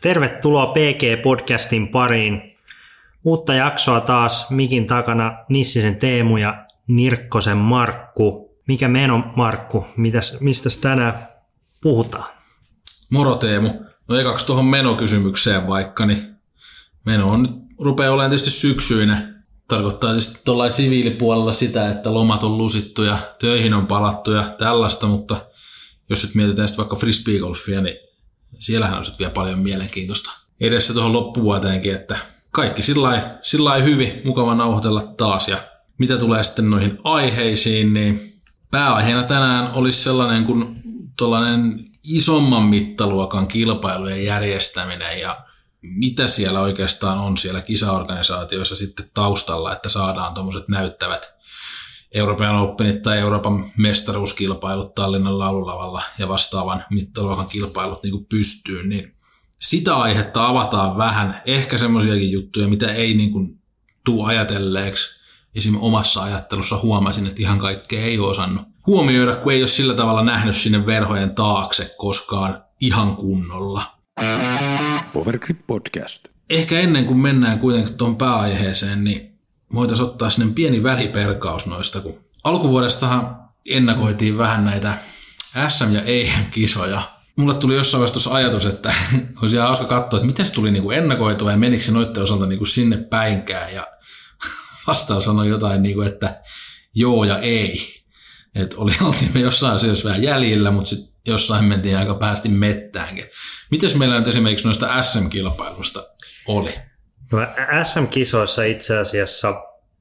Tervetuloa PG-podcastin pariin. Uutta jaksoa taas mikin takana Nissisen Teemu ja Nirkkosen Markku. Mikä meno, Markku? Mistä tänään puhutaan? Moro Teemu. No ekaksi tuohon menokysymykseen vaikka, niin meno on nyt rupeaa olemaan tietysti syksyinen. Tarkoittaa tietysti tuollain siviilipuolella sitä, että lomat on lusittu ja töihin on palattu ja tällaista, mutta jos nyt mietitään sitten vaikka frisbeegolfia, niin siellähän on sitten vielä paljon mielenkiintoista edessä tuohon loppuvuoteenkin, että kaikki sillai hyvin, mukava nauhoitella taas. Ja mitä tulee sitten noihin aiheisiin, niin pääaiheena tänään olisi sellainen kuin tuollainen isomman mittaluokan kilpailujen järjestäminen ja mitä siellä oikeastaan on siellä kisaorganisaatioissa sitten taustalla, että saadaan tuommoiset näyttävät Euroopan Openit tai Euroopan mestaruuskilpailut Tallinnan laululavalla ja vastaavan mittaluokan kilpailut niin kuin pystyyn, niin sitä aihetta avataan vähän. Ehkä semmoisiakin juttuja, mitä ei niin kuin tule ajatelleeksi. Esimerkiksi omassa ajattelussa huomasin, että ihan kaikkea ei ole osannut huomioida, kun ei ole sillä tavalla nähnyt sinne verhojen taakse koskaan ihan kunnolla. Powergrip Podcast. Ehkä ennen kuin mennään kuitenkin tuohon pääaiheeseen, niin voitaisiin ottaa sinne pieni väliperkaus noista, kun alkuvuodestahan ennakoitiin vähän näitä SM- ja EM-kisoja. Mulle tuli jossain vaiheessa tuossa ajatus, että olisi ihan hauska katsoa, että miten se tuli niinku ennakoitua ja menikö se noitten osalta niinku sinne päinkään. Ja vastaus sanoi jotain, niinku, että joo ja ei. Että oltiin me jossain asioissa vähän jäljellä, mutta sitten jossain mentiin aika päästi mettäänkin. Mites meillä nyt esimerkiksi noista SM-kilpailusta oli? No, SM-kisoissa itse asiassa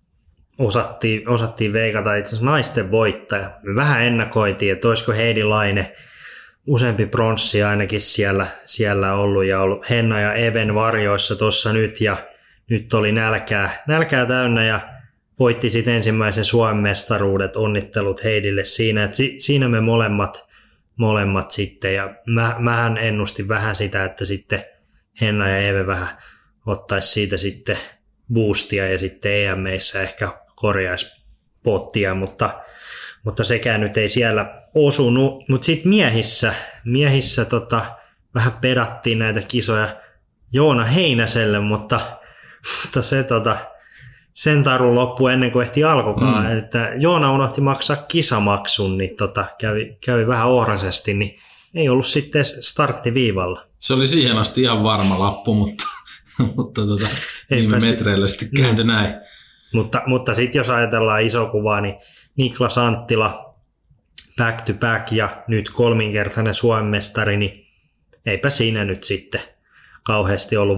osattiin veikata itse asiassa naisten voittaja. Me vähän ennakoitiin, että olisiko Heidi Laine useampi pronssi ainakin siellä ollut ja ollut Henna ja Even varjoissa tuossa nyt ja nyt oli nälkää täynnä ja voitti sitten ensimmäisen Suomen mestaruudet, onnittelut Heidille siinä, että siinä me molemmat sitten ja mähän ennustin vähän sitä, että sitten Henna ja Eve vähän ottaisi siitä sitten boostia ja sitten EM-meissä ehkä korjaisi pottia, mutta sekään nyt ei siellä osunut. Mutta sitten miehissä vähän pedattiin näitä kisoja Joona Heinäselle, vähän se sen taru loppui ennen kuin ehti alkukaan. Että Joona unohti maksaa kisamaksun, niin kävi vähän ohrasesti, niin ei ollut sitten starttiviivalla. Se oli siihen asti ihan varma lappu, mutta viime metreillä sitten kääntyi näin. Mutta sitten jos ajatellaan iso kuvaa, niin Niklas Anttila back to back ja nyt kolminkertainen Suomen mestari, niin eipä siinä nyt sitten kauheasti ollut.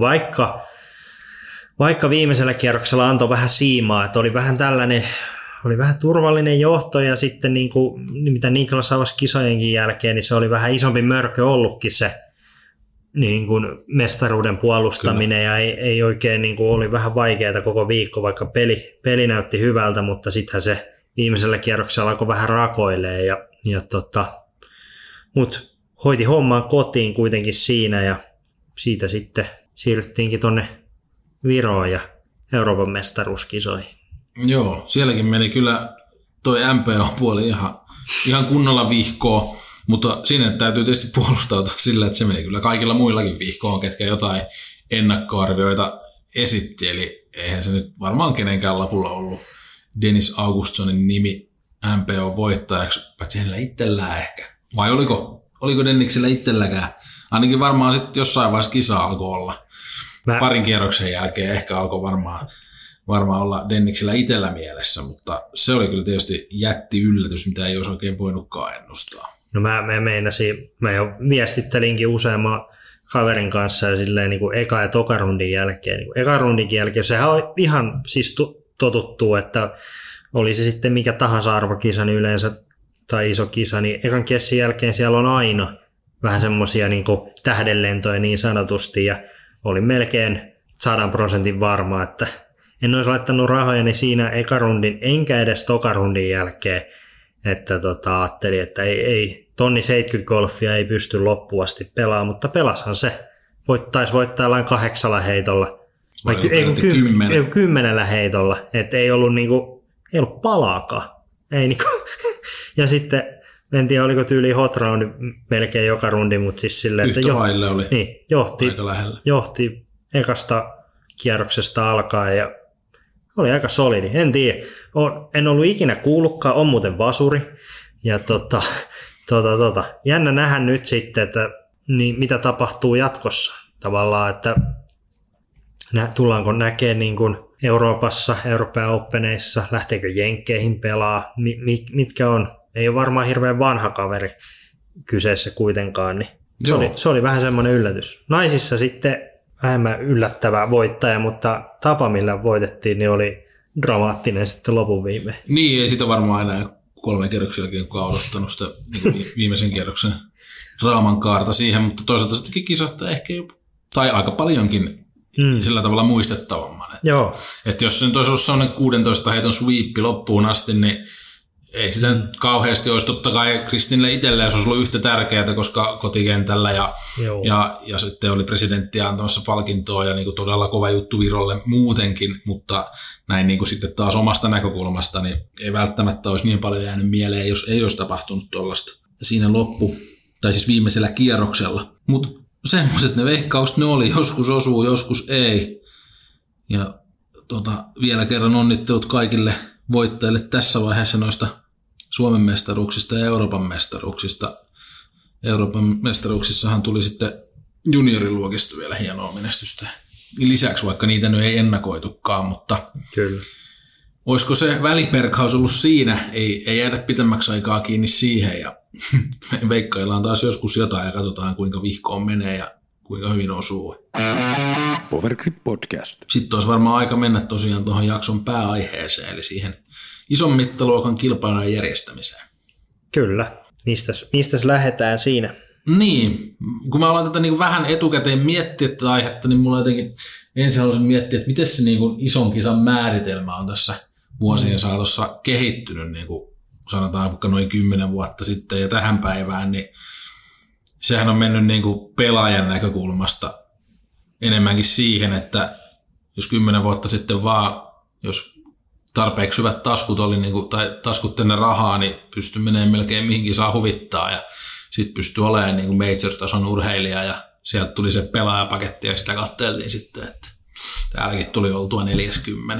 Vaikka viimeisellä kierroksella antoi vähän siimaa, että oli vähän turvallinen johto ja sitten niin kuin, mitä Niklas avasi kisojenkin jälkeen, niin se oli vähän isompi mörkö ollutkin se niin kuin mestaruuden puolustaminen. Kyllä. Ja ei oikein niin kuin oli vähän vaikeaa koko viikko, vaikka peli näytti hyvältä, mutta sittenhän se viimeisellä kierroksella alkoi vähän rakoilee mutta hoiti homman kotiin kuitenkin siinä ja siitä sitten siirryttiinkin tonne Viroon ja Euroopan mestaruuskisoihin. Joo, sielläkin meni kyllä toi MPO-puoli ihan kunnolla vihkoon, mutta siinä täytyy tietysti puolustautua sillä, että se meni kyllä kaikilla muillakin vihkoon, ketkä jotain ennakkoarvioita esitti, eli eihän se nyt varmaan kenenkään lapulla ollut Dennis Augustsonin nimi MPO-voittajaksi, paitsi hänellä itsellään ehkä. Vai oliko Denniksellä itselläkään? Ainakin varmaan sitten jossain vaiheessa kisa alkoi olla. Parin kierroksen jälkeen ehkä alkoi varmaan olla Denniksellä itsellä mielessä, mutta se oli kyllä tietysti jätti yllätys, mitä ei olisi oikein voinutkaan ennustaa. No mä jo viestittelinkin useamman kaverin kanssa ja silleen niin kuin eka- ja tokarundin jälkeen. Niin eka rundinkin jälkeen, sehän on ihan siis totuttu, että oli se sitten mikä tahansa arvokisa niin yleensä tai iso kisa, niin ekan kessin jälkeen siellä on aina vähän semmoisia niin kuin tähdenlentoja niin sanotusti ja oli melkein 100% varma, että en olisi laittanut rahojani siinä ekarundin enkä edes tokarundin jälkeen, että ajattelin, että ei tonni 70 golfia ei pysty loppuun asti pelaamaan, mutta pelashan se. Taisi voittaa jollain 8 heitolla, ei 10 heitolla, että ei ollut palaakaan. Ei ja sitten en tiedä oliko tyyli hot round melkein joka rundi, mutta siis silleen, että oli niin, aika lähellä. Johti ekasta kierroksesta alkaen ja oli aika solidi. En tiedä, en ollut ikinä kuullutkaan, on muuten vasuri. Ja jännä nähdä nyt sitten, että niin mitä tapahtuu jatkossa. Tavallaan, että tullaanko näkemään niin kuin Euroopassa, Euroopan Openeissa, lähteekö jenkkeihin pelaa, mitkä on. Ei ole varmaan hirveän vanha kaveri kyseessä kuitenkaan, niin se oli vähän semmoinen yllätys. Naisissa sitten vähemmän yllättävä voittaja, mutta tapa millä voitettiin niin oli dramaattinen sitten lopun viimein. Niin, ei sitä varmaan enää 3 kierroksen jälkeen kukaan odottanut sitä viimeisen kierroksen draaman kaarta siihen, mutta toisaalta sittenkin kisasta ehkä jopa, tai aika paljonkin sillä tavalla muistettavamman. Että jos se nyt olisi ollut sellainen 16 heiton sweepi loppuun asti, niin ei sitä nyt kauheasti olisi. Totta kai Kristinille itselleen se olisi ollut yhtä tärkeää, koska kotikentällä ja sitten oli presidenttiä antamassa palkintoa ja niin kuin todella kova juttu Virolle muutenkin, mutta näin niin kuin sitten taas omasta näkökulmasta, niin ei välttämättä olisi niin paljon jäänyt mieleen, jos ei olisi tapahtunut tuollaista siinä tai siis viimeisellä kierroksella. Mutta semmoiset ne veikkaukset ne oli, joskus osuu, joskus ei. Ja vielä kerran onnittelut kaikille voittajille tässä vaiheessa noista Suomen mestaruuksista ja Euroopan mestaruuksista. Euroopan mestaruuksissahan tuli sitten junioriluokista vielä hienoa menestystä. Lisäksi vaikka niitä nyt ei ennakoitukaan, mutta kyllä. Olisiko se väliperkaus ollut siinä? Ei jäädä pitemmäksi aikaa kiinni siihen ja veikkaillaan taas joskus jotain ja katsotaan kuinka vihkoon menee ja kuinka hyvin osuu. Powergrip Podcast. Sitten olisi varmaan aika mennä tosiaan tuohon jakson pääaiheeseen, eli siihen ison mittaluokan kilpailujen järjestämiseen. Kyllä. Mistäs lähdetään siinä? Niin, kun mä aloin tätä niin vähän etukäteen miettiä tätä aihetta, niin mulla jotenkin ensin haluaisin miettiä, että miten se niin kuin ison kisan määritelmä on tässä vuosien saatossa kehittynyt, niin kuin sanotaan vaikka noin 10 vuotta sitten ja tähän päivään, niin sehän on mennyt niin kuin pelaajan näkökulmasta enemmänkin siihen, että jos 10 vuotta sitten vaan, jos tarpeeksi hyvät taskut oli, niin kuin, tai taskut tänne rahaa, niin pystyi menemään melkein mihinkin saa huvittaa ja sitten pystyi olemaan niin kuin major-tason urheilija ja sieltä tuli se pelaajapaketti ja sitä katseltiin sitten, että täälläkin tuli oltua 40.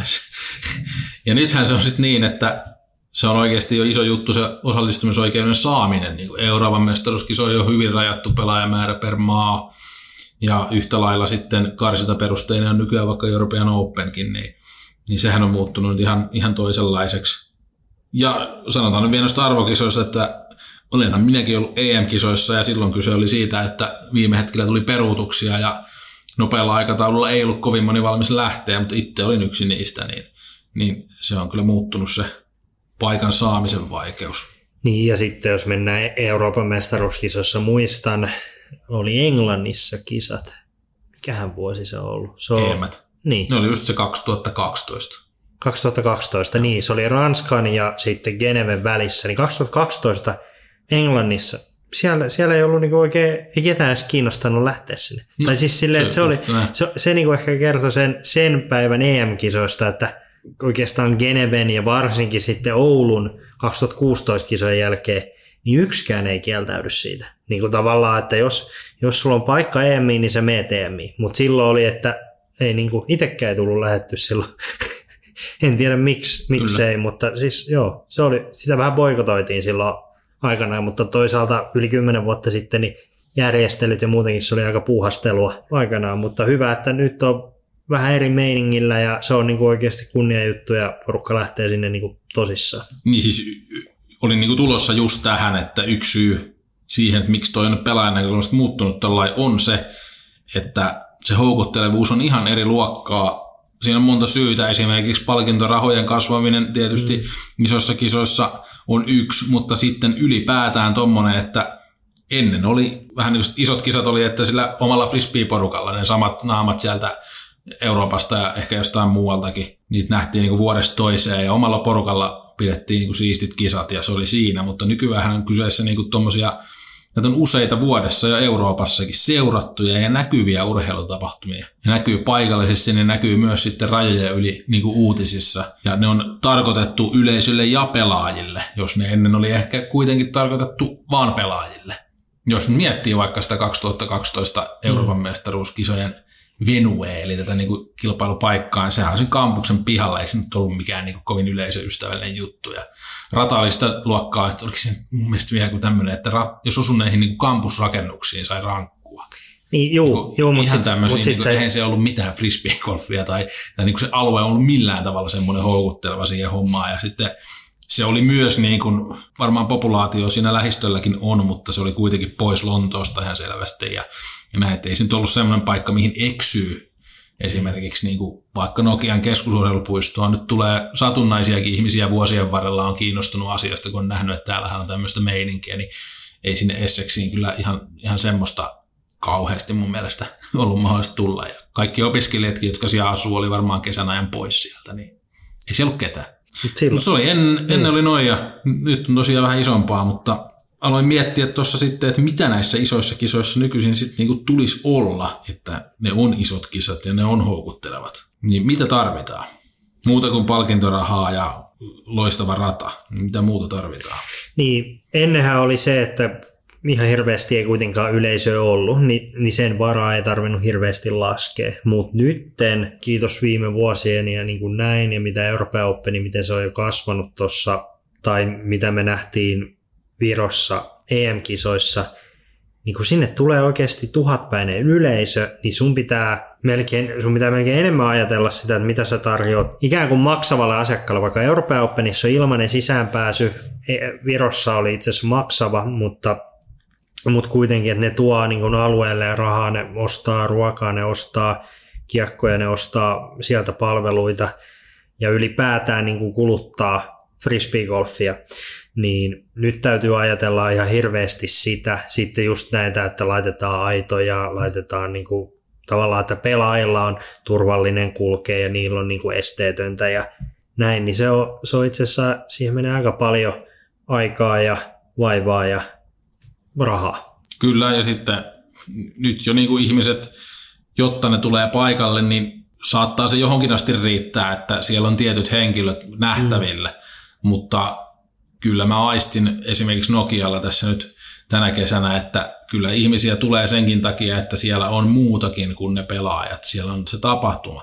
Ja nythän se on sitten niin, että se on oikeasti jo iso juttu se osallistumisoikeuden saaminen. Niin kuin Euroopan mestaruuskisoja on hyvin rajattu pelaajamäärä per maa ja yhtä lailla sitten karsintaperusteinen on nykyään vaikka European Openkin, niin sehän on muuttunut ihan toisenlaiseksi. Ja sanotaan nyt vielä noista arvokisoista, että olenhan minäkin ollut EM-kisoissa ja silloin kyse oli siitä, että viime hetkellä tuli peruutuksia ja nopealla aikataululla ei ollut kovin moni valmis lähteä, mutta itse olin yksi niistä, niin se on kyllä muuttunut se paikan saamisen vaikeus. Niin ja sitten jos mennään Euroopan mestaruuskisossa, muistan, oli Englannissa kisat. Mikähän vuosi se on ollut? EM:t. Niin. Ne oli just se 2012. 2012, niin. Se oli Ranskan ja sitten Geneven välissä. Niin 2012 Englannissa, siellä ei ollut niinku oikein, ei ketään edes kiinnostanut lähteä sinne. No, tai siis silleen, että se niinku ehkä kertoi sen päivän EM-kisoista, että oikeastaan Geneven ja varsinkin sitten Oulun 2016 kisojen jälkeen, niin yksikään ei kieltäydy siitä. Niin kuin tavallaan, että jos sulla on paikka EMiin, niin sä meet EMiin. Mutta silloin oli, että ei niinku itsekään ei tullut lähetty silloin. En tiedä miksei, mutta siis joo, se oli, sitä vähän boikotoitiin silloin aikanaan, mutta toisaalta yli 10 vuotta sitten niin järjestelyt ja muutenkin se oli aika puuhastelua aikanaan, mutta hyvä, että nyt on vähän eri meiningillä ja se on niinku oikeasti kunniajuttu ja porukka lähtee sinne niinku tosissaan. Niin siis oli niinku tulossa just tähän, että yksi syy siihen, että miksi toi on pelaajan näkökulmasta muuttunut tällainen on se, että se houkuttelevuus on ihan eri luokkaa. Siinä on monta syytä, esimerkiksi palkintorahojen kasvaminen tietysti isoissa kisoissa on yksi, mutta sitten ylipäätään tommonen, että ennen oli vähän niin kuin isot kisat oli, että sillä omalla frisbee-porukalla ne samat naamat sieltä Euroopasta ja ehkä jostain muualtakin, niitä nähtiin niin kuin vuodesta toiseen ja omalla porukalla pidettiin niin kuin siistit kisat ja se oli siinä, mutta nykyään on kyseessä niin kuin tommosia Näitä on useita vuodessa jo Euroopassakin seurattuja ja näkyviä urheilutapahtumia. Ja näkyy paikallisesti, ne näkyy myös sitten rajojen yli niin kuin uutisissa. Ja ne on tarkoitettu yleisölle ja pelaajille, jos ne ennen oli ehkä kuitenkin tarkoitettu vaan pelaajille. Jos miettii vaikka sitä 2012 Euroopan mestaruuskisojen venue, eli tätä niin kuin kilpailupaikkaa, niin sehän on sen kampuksen pihalla, ei se nyt ollut mikään niin kuin kovin yleisöystävällinen juttu. Ja rata oli sitä luokkaa, että oliko se mun mielestä vielä kuin tämmöinen, että jos osui näihin niin kuin kampusrakennuksiin, sai rankkua. Niin, juu, ihan tämmöisiä, niin eihän se ollut mitään frisbeegolfia tai niin kuin se alue on ollut millään tavalla semmoinen houkutteleva siihen hommaan. Ja sitten se oli myös niin kuin, varmaan populaatio siinä lähistölläkin on, mutta se oli kuitenkin pois Lontoosta ihan selvästi. Ja näin, että ei se nyt ollut semmoinen paikka, mihin eksyy. Esimerkiksi niin kuin vaikka Nokian keskusurheilupuistoon nyt tulee satunnaisiakin ihmisiä vuosien varrella on kiinnostunut asiasta, kun on nähnyt, että täällähän on tämmöistä meininkiä, niin ei sinne Essexiin kyllä ihan semmoista kauheasti mun mielestä ollut mahdollista tulla. Ja kaikki opiskelijatkin, jotka siellä asuu, oli varmaan kesän ajan pois sieltä, niin ei siellä ollut ketään. Mutta se oli ennen oli noin ja nyt on tosiaan vähän isompaa, mutta aloin miettiä tuossa sitten, että mitä näissä isoissa kisoissa nykyisin sitten niinku tulisi olla, että ne on isot kisat ja ne on houkuttelevat. Niin mitä tarvitaan? Muuta kuin palkintorahaa ja loistava rata, niin mitä muuta tarvitaan? Niin, ennenhän oli se, että ihan hirveästi ei kuitenkaan yleisöä ollut, niin sen varaa ei tarvinnut hirveästi laskea. Mutta nytten, kiitos viime vuosien ja niin kuin näin, ja mitä Euroopan Openi, miten se on jo kasvanut tuossa, tai mitä me nähtiin Virossa EM-kisoissa, niin kun sinne tulee oikeasti 1000-päinen yleisö, niin sun pitää melkein enemmän ajatella sitä, että mitä sä tarjoat ikään kuin maksavalle asiakkaalle, vaikka Euroopan Openissa on ilmainen sisäänpääsy, Virossa oli itse asiassa maksava, mutta kuitenkin, että ne tuo niin kuin alueelle rahaa, ne ostaa ruokaa, ne ostaa kiekkoja, ne ostaa sieltä palveluita ja ylipäätään niin kuin kuluttaa frisbeegolfia, niin nyt täytyy ajatella ihan hirveästi sitä, sitten just näitä, että laitetaan aitoja, laitetaan niin kuin, tavallaan, että pelaajilla on turvallinen kulkea ja niillä on niin kuin esteetöntä ja näin, niin se on itse asiassa, siihen menee aika paljon aikaa ja vaivaa ja rahaa. Kyllä, ja sitten nyt jo niin kuin ihmiset, jotta ne tulee paikalle, niin saattaa se johonkin asti riittää, että siellä on tietyt henkilöt nähtäville, mutta kyllä mä aistin esimerkiksi Nokialla tässä nyt tänä kesänä, että kyllä ihmisiä tulee senkin takia, että siellä on muutakin kuin ne pelaajat. Siellä on se tapahtuma,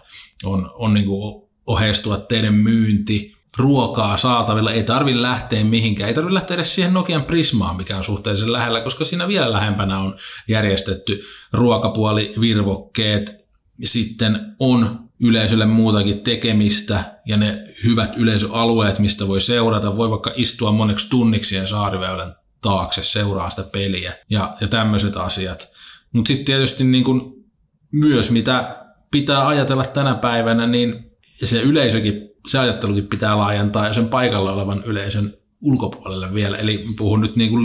on niin kuin oheistuotteiden myynti, ruokaa saatavilla, ei tarvitse lähteä mihinkään, ei tarvitse lähteä edes siihen Nokian Prismaan, mikä on suhteellisen lähellä, koska siinä vielä lähempänä on järjestetty ruokapuoli, virvokkeet, sitten on yleisölle muutakin tekemistä ja ne hyvät yleisöalueet, mistä voi seurata, voi vaikka istua moneksi tunniksi siihen Saariväylän taakse, seuraa sitä peliä ja tämmöiset asiat. Mutta sitten tietysti niin kun myös mitä pitää ajatella tänä päivänä, niin se yleisökin, se ajattelukin pitää laajentaa ja sen paikalla olevan yleisön ulkopuolelle vielä. Eli puhun nyt niin kuin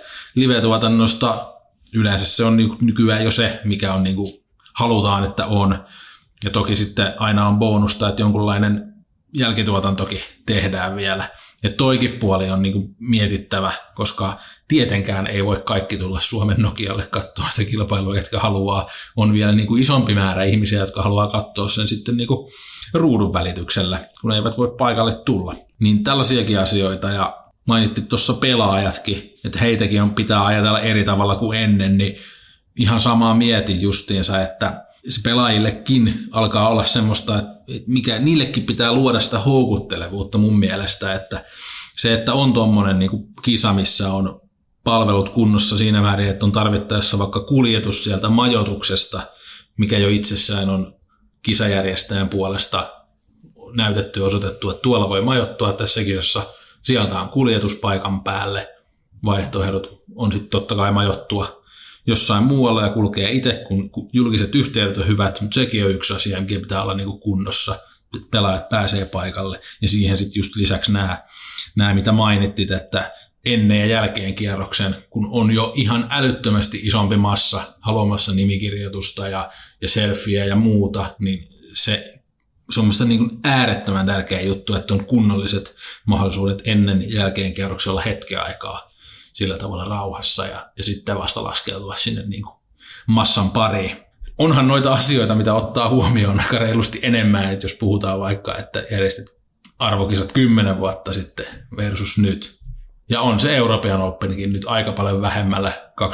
live-tuotannosta, yleensä se on niin nykyään jo se, mikä on niin kuin halutaan, että on. Ja toki sitten aina on bonusta, että jonkunlainen jälkituotantokin tehdään vielä. Ja toikin puoli on niin kuin mietittävä, koska tietenkään ei voi kaikki tulla Suomen Nokialle katsoa sitä kilpailua, jotka haluaa. On vielä niin kuin isompi määrä ihmisiä, jotka haluaa katsoa sen sitten niin kuin ruudun välityksellä, kun eivät voi paikalle tulla. Niin tällaisiakin asioita, ja mainittiin tuossa pelaajatkin, että heitäkin pitää ajatella eri tavalla kuin ennen, niin ihan samaa mietin justiinsa, että se pelaajillekin alkaa olla semmoista, että mikä niillekin pitää luoda sitä houkuttelevuutta mun mielestä, että se, että on tommonen niin kuin kisa, missä on palvelut kunnossa siinä määrin, että on tarvittaessa vaikka kuljetus sieltä majoituksesta, mikä jo itsessään on kisajärjestäjän puolesta näytetty ja osoitettu, että tuolla voi majoittua tässä kisassa, sieltä on kuljetuspaikan päälle, vaihtoehdot on sitten totta kai majoittua jossain muualla ja kulkee itse, kun julkiset yhteydet on hyvät, mutta sekin on yksi asia, mikä pitää olla niinku kunnossa, että pelaajat pääsee paikalle. Ja siihen sitten just lisäksi nämä, mitä mainittit, että ennen ja jälkeen kierroksen, kun on jo ihan älyttömästi isompi massa haluamassa nimikirjoitusta ja selfieä ja muuta, niin se on mielestäni niin äärettömän tärkeä juttu, että on kunnolliset mahdollisuudet ennen ja jälkeen kierroksella hetken aikaa sillä tavalla rauhassa ja sitten vasta laskeutua sinne niin kuin massan pariin. Onhan noita asioita, mitä ottaa huomioon aika reilusti enemmän, että jos puhutaan vaikka, että järjestit arvokisat 10 vuotta sitten versus nyt. Ja on se European Openikin nyt aika paljon vähemmällä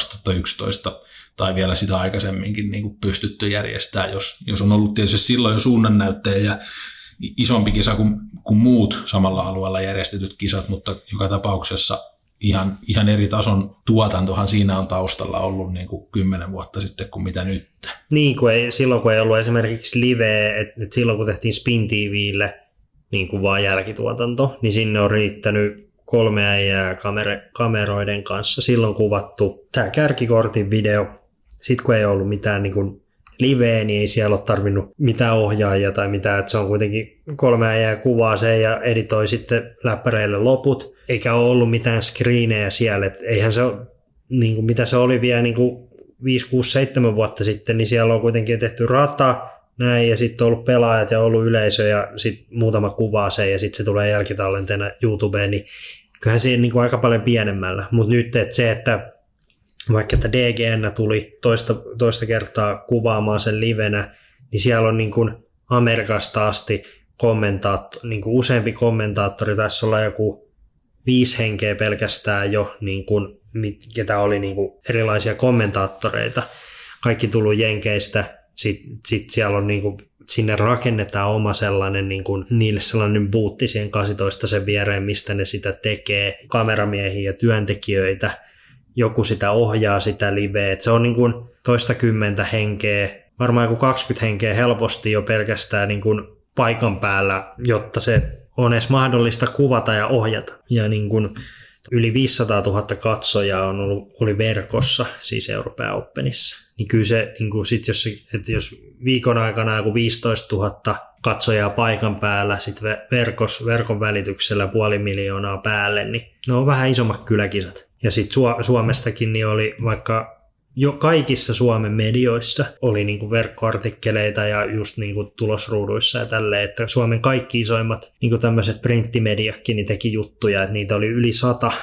2011 tai vielä sitä aikaisemminkin niin kuin pystytty järjestämään, jos on ollut tietysti silloin jo suunnannäyttäjä ja isompi kisa kuin muut samalla alueella järjestetyt kisat, mutta joka tapauksessa ihan eri tason tuotantohan siinä on taustalla ollut niin kuin 10 vuotta sitten kuin mitä nyt. Niin, silloin kun ei ollut esimerkiksi live, että silloin kun tehtiin Spin TV:lle niin kuin vaan jälkituotanto, niin sinne on riittänyt 3 äijää kameroiden kanssa silloin kuvattu tämä kärkikortin video. Sitten kun ei ollut mitään niin kuin liveä, niin ei siellä ole tarvinnut mitään ohjaajia tai mitään, että se on kuitenkin 3 äijää kuvaa sen ja editoi sitten läppäreille loput, eikä ole ollut mitään screenejä siellä, että eihän se ole, niin kuin mitä se oli vielä niin kuin 5, 6, 7 vuotta sitten, niin siellä on kuitenkin tehty rata, näin, ja sitten on ollut pelaajat ja ollut yleisö ja sitten muutama kuvaa sen ja sitten se tulee jälkitallenteena YouTubeen, niin kyllähän siinä niin kuin aika paljon pienemmällä, mutta nyt että se, että vaikka että DGN tuli toista kertaa kuvaamaan sen livenä, niin siellä on niin kuin Amerikasta asti niin kuin useampi kommentaattori, tässä olla joku 5 henkeä pelkästään jo, niin kuin, ketä oli niin kuin erilaisia kommentaattoreita, kaikki tullut Jenkeistä, sitten siellä on niin kuin, sinne rakennetaan oma sellainen, niin kuin, niille sellainen bootti siihen 18 sen viereen, mistä ne sitä tekee, kameramiehiä ja työntekijöitä, joku sitä ohjaa sitä liveä, että se on niin kuin toistakymmentä henkeä, varmaan joku 20 henkeä helposti jo pelkästään niin kuin paikan päällä, jotta se on edes mahdollista kuvata ja ohjata. Ja niin kuin yli 500 000 katsojaa oli verkossa, siis European Openissa. Niin kyllä se, niin kuin sit jos viikon aikana joku 15 000 katsojaa paikan päällä, sitten verkon välityksellä 500 000 päälle, niin ne on vähän isommat kyläkisat. Ja sitten Suomestakin niin oli vaikka jo kaikissa Suomen medioissa oli niinku verkkoartikkeleita ja just niinku tulosruuduissa ja tälleen, että Suomen kaikki isoimmat niinku tämmöiset printtimediakin niin teki juttuja, että niitä oli yli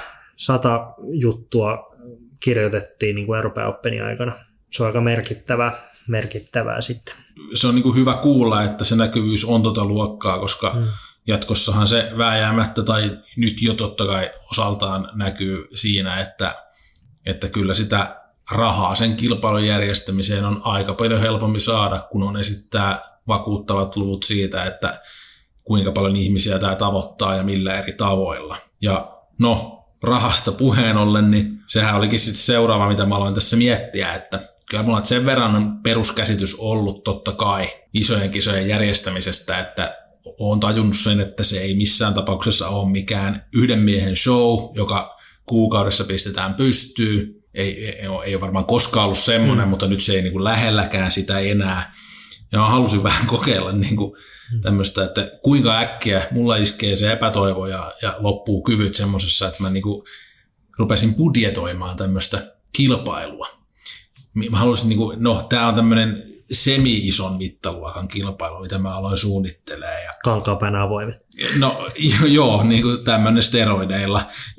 100 juttua kirjoitettiin niinku European Openin aikana. Se on aika merkittävää sitten. Se on niinku hyvä kuulla, että se näkyvyys on tota luokkaa, koska jatkossahan se vääjäämättä tai nyt jo totta kai osaltaan näkyy siinä, että kyllä sitä rahaa sen kilpailun järjestämiseen on aika paljon helpompi saada, kun on esittää vakuuttavat luvut siitä, että kuinka paljon ihmisiä tämä tavoittaa ja millä eri tavoilla. Ja no, rahasta puheen ollen, niin sehän olikin sitten seuraava, mitä mä aloin tässä miettiä, että kyllä mulla on sen verran peruskäsitys ollut totta kai isojen kisojen järjestämisestä, että olen tajunnut sen, että se ei missään tapauksessa ole mikään yhden miehen show, joka kuukaudessa pistetään pystyyn. Ei ole varmaan koskaan ollut semmoinen, mutta nyt se ei niin kuin lähelläkään sitä enää. Ja mä halusin vähän kokeilla niin kuin tämmöistä, että kuinka äkkiä mulla iskee se epätoivo ja loppuu kyvyt semmoisessa, että mä niin kuin rupesin budjetoimaan tämmöistä kilpailua. Mä halusin, niin kuin, tää on tämmöinen semi-ison mittaluokan kilpailu, mitä mä aloin suunnittelemaan. Kankaanpäin avoimet. No joo, niin kuin tämmöinen steroideilla.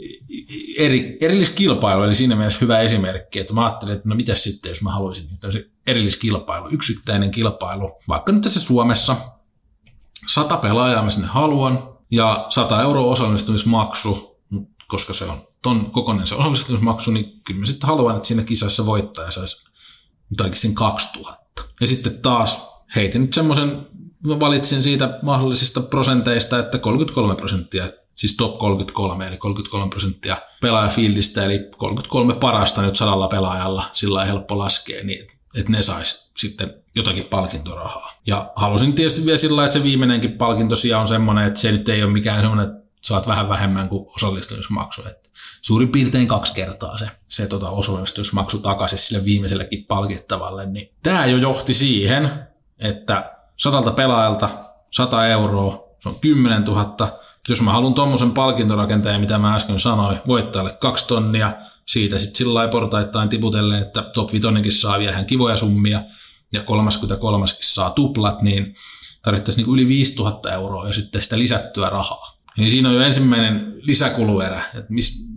Erilliskilpailu, eli siinä mielessä hyvä esimerkki, että mä ajattelin, että no mitäs sitten, jos mä haluaisin erilliskilpailu, yksittäinen kilpailu, vaikka nyt tässä Suomessa, 100 pelaajaa mä sinne haluan, ja 100 € osallistumismaksu, koska se on ton kokoinen se osallistumismaksu, niin kyllä mä sitten haluan, että siinä kisassa voittaja saisi nyt ainakin sen 2000. Ja sitten taas heitin nyt semmoisen, valitsin siitä mahdollisista prosenteista, että 33%, siis top 33, eli 33% pelaajafieldistä, eli 33 parasta nyt 100 pelaajalla, sillä on helppo laskea, niin että ne sais sitten jotakin palkintorahaa. Ja halusin tietysti vielä sillä, että se viimeinenkin palkintosija on semmoinen, että se nyt ei ole mikään semmoinen, että saat vähän vähemmän kuin osallistumismaksu. Että suurin piirtein 2 kertaa se osallistumismaksu takaisin sille viimeisellekin palkittavalle. Niin tämä jo johti siihen, että 100 pelaajalta 100 €, se on 10 000. Jos mä haluan tuommoisen palkintorakenteen, mitä mä äsken sanoin, voittajalle 2 tonnia, siitä sitten sillä lailla portaittain tiputellen, että top 5 saa vielä ihan kivoja summia, ja 33 saa tuplat, niin tarvittaisiin niin kuin yli 5 000 € ja sitten sitä lisättyä rahaa. Niin siinä on jo ensimmäinen lisäkuluerä, että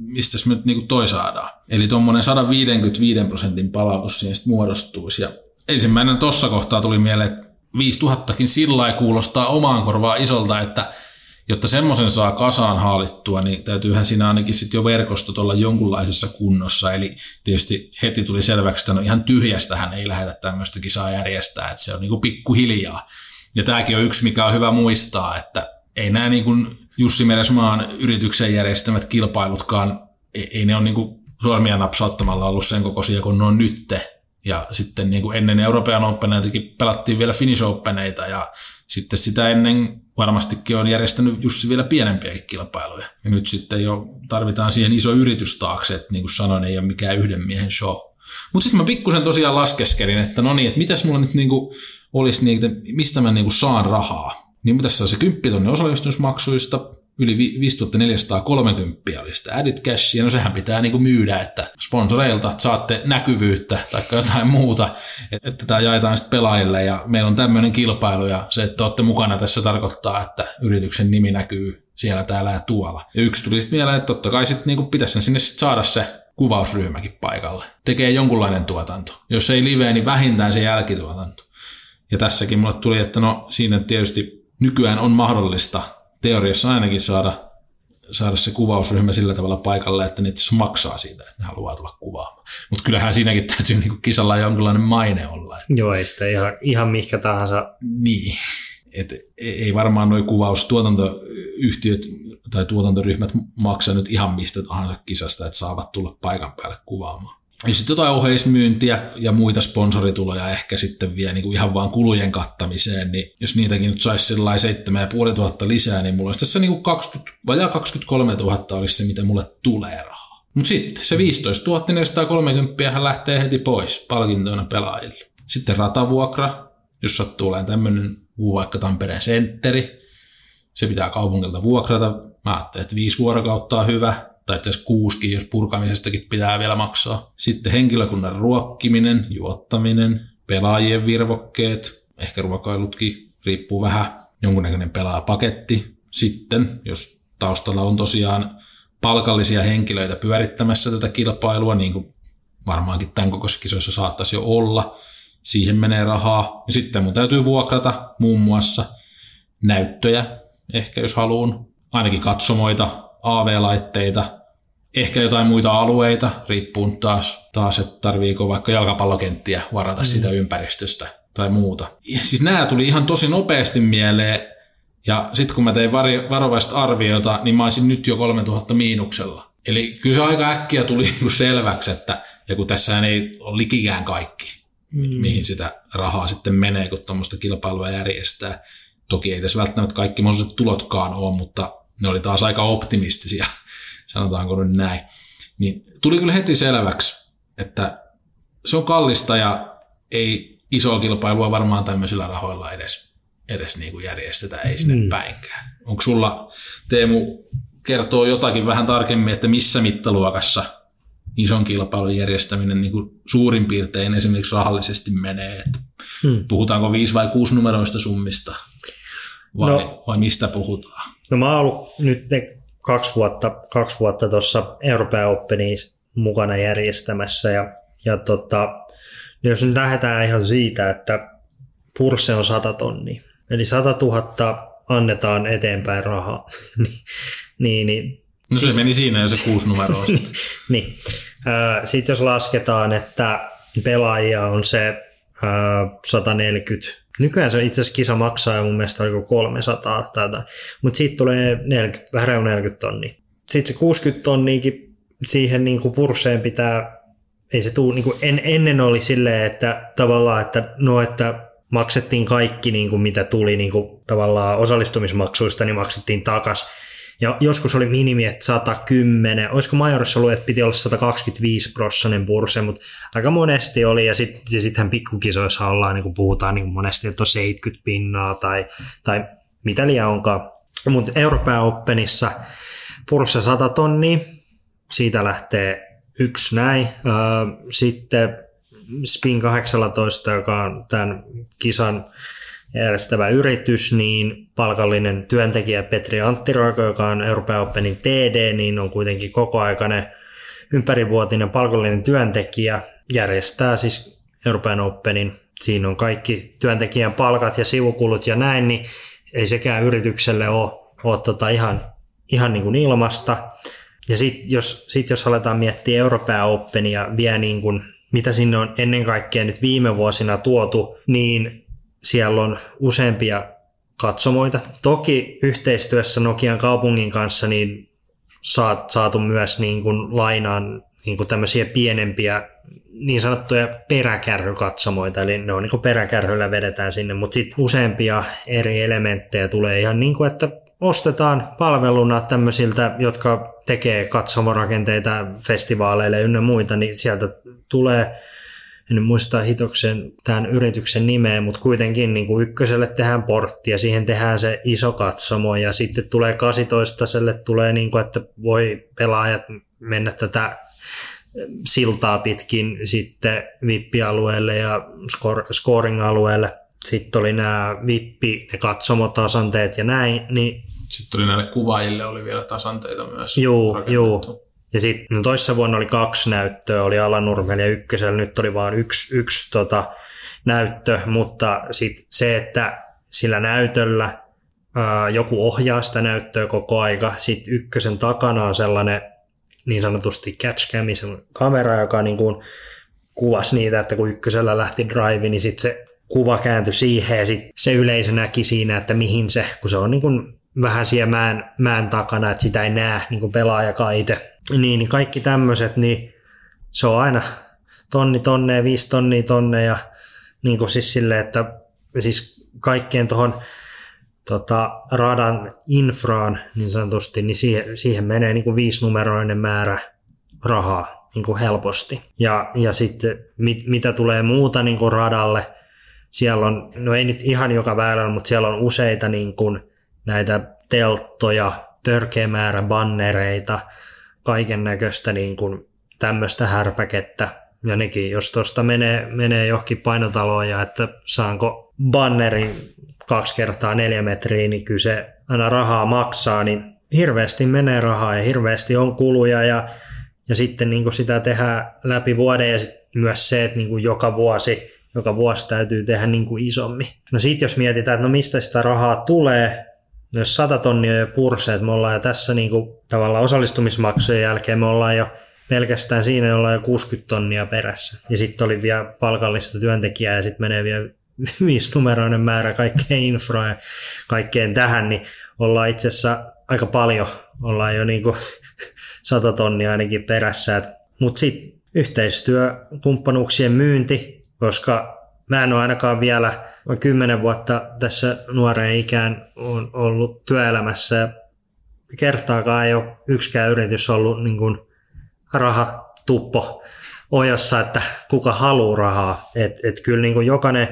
mistä me nyt niin kuin toi saadaan. Eli tuommoinen 155% palautus siihen sitten muodostuisi. Ja ensimmäinen tuossa kohtaa tuli mieleen, että 5000kin sillä kuulostaa omaan korvaan isolta, että jotta semmoisen saa kasaan haalittua, niin täytyyhän siinä ainakin sitten jo verkostot olla jonkunlaisessa kunnossa. Eli tietysti heti tuli selväksi, että no ihan tyhjästähän ei lähdetä tämmöistä kisaa järjestää, että se on niin kuin pikkuhiljaa. Ja tämäkin on yksi, mikä on hyvä muistaa, että ei nämä niin kuin Jussi Meresmaan yrityksen järjestämät kilpailutkaan, ei ne ole niin kuin sormia napsauttamalla ollut sen kokoisia kuin ne on nytte. Ja sitten niin kuin ennen European Openeitakin pelattiin vielä Finnish Openeita ja sitten sitä ennen varmastikin on järjestänyt Jussi vielä pienempiäkin kilpailuja. Ja nyt sitten jo tarvitaan siihen iso yritys taakse, että niin kuin sanoin, ei ole mikään yhden miehen show. Mutta sitten mä pikkusen tosiaan laskeskelin, että no niin, että mitäs mulla nyt niin kuin olisi niitä, mistä mä niin kuin saan rahaa. Niin tässä on se 10 000 osallistumismaksuista, yli 5430 oli sitä added cashia, no sehän pitää niinku myydä, että sponsoreilta saatte näkyvyyttä tai jotain muuta, että tämä jaetaan sitten pelaajille ja meillä on tämmöinen kilpailu ja se, että olette mukana tässä tarkoittaa, että yrityksen nimi näkyy siellä, täällä ja tuolla. Ja yksi tuli sitten mieleen, että totta kai sitten niinku pitäisi sen sinne sit saada se kuvausryhmäkin paikalle. Tekee jonkunlainen tuotanto. Jos ei live, niin vähintään se jälkituotanto. Ja tässäkin mulle tuli, että no siinä tietysti nykyään on mahdollista teoriassa ainakin saada se kuvausryhmä sillä tavalla paikalle, että niitä maksaa siitä, että ne haluaa tulla kuvaamaan. Mutta kyllähän siinäkin täytyy niinku kisalla jonkinlainen maine olla. Että joo, ei sitä ihan mihinkä tahansa. Niin, että ei varmaan nuo kuvaustuotantoyhtiöt tai tuotantoryhmät maksa nyt ihan mistä tahansa kisasta, että saavat tulla paikan päälle kuvaamaan. Ja sitten jotain oheismyyntiä ja muita sponsorituloja ehkä sitten vielä niin kuin ihan vaan kulujen kattamiseen, niin jos niitäkin nyt saisi sellainen 7500 lisää, niin mulla olisi tässä niin kuin 23 000 olisi se, mitä mulle tulee rahaa. Mutta sitten se 15 430 lähtee heti pois palkintoina pelaajille. Sitten ratavuokra, jos sattuu olemaan tämmöinen vaikka Tampereen sentteri, se pitää kaupungilta vuokrata. Mä ajattelin, että 5 vuorokautta on hyvä. Tai itse asiassa 6, jos purkamisestakin pitää vielä maksaa. Sitten henkilökunnan ruokkiminen, juottaminen, pelaajien virvokkeet, ehkä ruokailutkin, riippuu vähän, jonkunnäköinen pelaajapaketti. Sitten, jos taustalla on tosiaan palkallisia henkilöitä pyörittämässä tätä kilpailua, niin kuin varmaankin tämän kokoisissa kisoissa saattaisi jo olla, siihen menee rahaa. Ja sitten mun täytyy vuokrata muun muassa näyttöjä, ehkä jos haluan, ainakin katsomoita, AV-laitteita, ehkä jotain muita alueita, riippuu taas että tarviiko vaikka jalkapallokenttiä varata sitä ympäristöstä tai muuta. Ja siis nämä tuli ihan tosi nopeasti mieleen, ja sitten kun mä tein varovaista arviota, niin mä olisin nyt jo 3000 miinuksella. Eli kyllä se aika äkkiä tuli selväksi, että ja kun tässähän ei ole likikään kaikki, mihin sitä rahaa sitten menee, kun tuommoista kilpailua järjestää. Toki ei tässä välttämättä kaikki mahdolliset tulotkaan ole, mutta ne oli taas aika optimistisia, sanotaanko nyt näin. Niin tuli kyllä heti selväksi, että se on kallista ja ei isoa kilpailua varmaan tämmöisillä rahoilla edes niin kuin järjestetään, ei sinne päinkään. Onko sulla, Teemu, kertoo jotakin vähän tarkemmin, että missä mittaluokassa ison kilpailun järjestäminen niin kuin suurin piirtein esimerkiksi rahallisesti menee? Että puhutaanko 5 vai 6 numeroista summista vai mistä puhutaan? No mä oon ollut nyt 2 vuotta tuossa European Openissa mukana järjestämässä ja jos nyt lähdetään ihan siitä, että pursse on 100 000, eli 100 000 annetaan eteenpäin rahaa. niin, no se meni siinä jo se 6 numeroa. niin. Sitten jos lasketaan, että pelaajia on se 140, nykyään se itse asiassa kisa maksaa ja mun mielestä oliko 300 mutta siitä tulee 40, vähän 40 tonnia. Sitten se 60 tonniakin siihen niin kuin pursseen pitää, ei se tule, niin kuin ennen oli silleen, että tavallaan, että maksettiin kaikki niin kuin mitä tuli niin kuin tavallaan osallistumismaksuista, niin maksettiin takaisin. Ja joskus oli minimi, että 110, olisiko majorissa ollut, että piti olla 125% purse, mutta aika monesti oli, ja sittenhän pikkukisoissa ollaan, niin kuin puhutaan niin kuin monesti, että on 70 pinnaa tai mitä liian onkaan. Mutta European Openissa purse 100 tonnia, siitä lähtee yksi näin. Sitten Spin 18, joka on tämän kisan järjestävä yritys, niin palkallinen työntekijä Petri Anttiroiko, joka on Euroopan Openin TD, niin on kuitenkin kokoaikainen ympärivuotinen palkallinen työntekijä, järjestää siis Euroopan Openin. Siinä on kaikki työntekijän palkat ja sivukulut ja näin, niin ei sekään yritykselle ole ihan niin kuin ilmasta. Ja sitten jos aletaan miettiä Euroopan Openia vielä niin kuin, mitä sinne on ennen kaikkea nyt viime vuosina tuotu, niin siellä on useampia katsomoita. Toki yhteistyössä Nokian kaupungin kanssa niin saatu myös niin kuin lainaan niin kuin tämmöisiä pienempiä niin sanottuja peräkärrykatsomoita, eli ne on niin kuin peräkärryllä vedetään sinne, mutta sitten useampia eri elementtejä tulee ihan niin kuin, että ostetaan palveluna tämmöisiltä, jotka tekee katsomorakenteita festivaaleille ynnä muita, niin sieltä tulee, en muista hitoksen tämän yrityksen nimeä, mutta kuitenkin niin kuin ykköselle tehdään portti ja siihen tehdään se iso katsomo ja sitten tulee 18-selle tulee niin kuin, että voi pelaajat mennä tätä siltaa pitkin sitten VIP-alueelle ja scoring-alueelle. Sitten oli nämä ne katsomotasanteet ja näin. Niin sitten oli näille kuvaajille oli vielä tasanteita myös. Joo. Ja sitten toissa vuonna oli 2 näyttöä, oli Alanurmella ja ykkösellä, nyt oli vain yksi näyttö, mutta sitten se, että sillä näytöllä joku ohjaa sitä näyttöä koko aika, sitten ykkösen takana on sellainen niin sanotusti catchcam, kamera, joka niin kuin kuvasi niitä, että kun ykkösellä lähti drive, niin sitten se kuva kääntyi siihen ja sitten se yleisö näki siinä, että mihin se, kun se on niin kuin vähän siellä mäen takana, että sitä ei näe niin kuin pelaajakaan itse. Niin kaikki tämmöiset, niin se on aina tonni ja 5 tonnia ja niin kuin siis silleen, että siis kaikkeen tuohon radan infraan niin sanotusti, niin siihen menee niin kuin 5-numeroinen määrä rahaa niin kuin helposti. Ja sitten mitä tulee muuta niin kuin radalle, siellä on, no ei nyt ihan joka väylällä, mutta siellä on useita niin kuin näitä telttoja, törkeä määrä bannereita, kaiken näköistä niin kuin tämmöistä härpäkettä. Ja nekin, jos tuosta menee johonkin painotaloon ja että saanko bannerin 2x4 metriä, niin kyllä se aina rahaa maksaa, niin hirveästi menee rahaa ja hirveästi on kuluja ja sitten niin kuin sitä tehdään läpi vuoden ja sitten myös se, että niin kuin joka vuosi täytyy tehdä niin kuin isommin. No sitten jos mietitään, että no mistä sitä rahaa tulee, no jos 100 tonnia jo pursee, että me ollaan jo tässä niin kuin tavallaan osallistumismaksujen jälkeen me ollaan jo pelkästään siinä ollaan jo 60 tonnia perässä. Ja sitten oli vielä palkallista työntekijää ja sitten menee vielä 5-numeroinen määrä kaikkeen infraa ja kaikkeen tähän, niin ollaan itse asiassa aika paljon, ollaan jo niin kuin 100 tonnia ainakin perässä. Mutta sitten yhteistyökumppanuuksien myynti, koska mä en ole ainakaan vielä 10 vuotta tässä nuoreen ikään on ollut työelämässä ja kertaakaan ei ole yksikään yritys ollut niin kuin rahatuppo ojossa, että kuka haluaa rahaa. Et kyllä niin kuin jokainen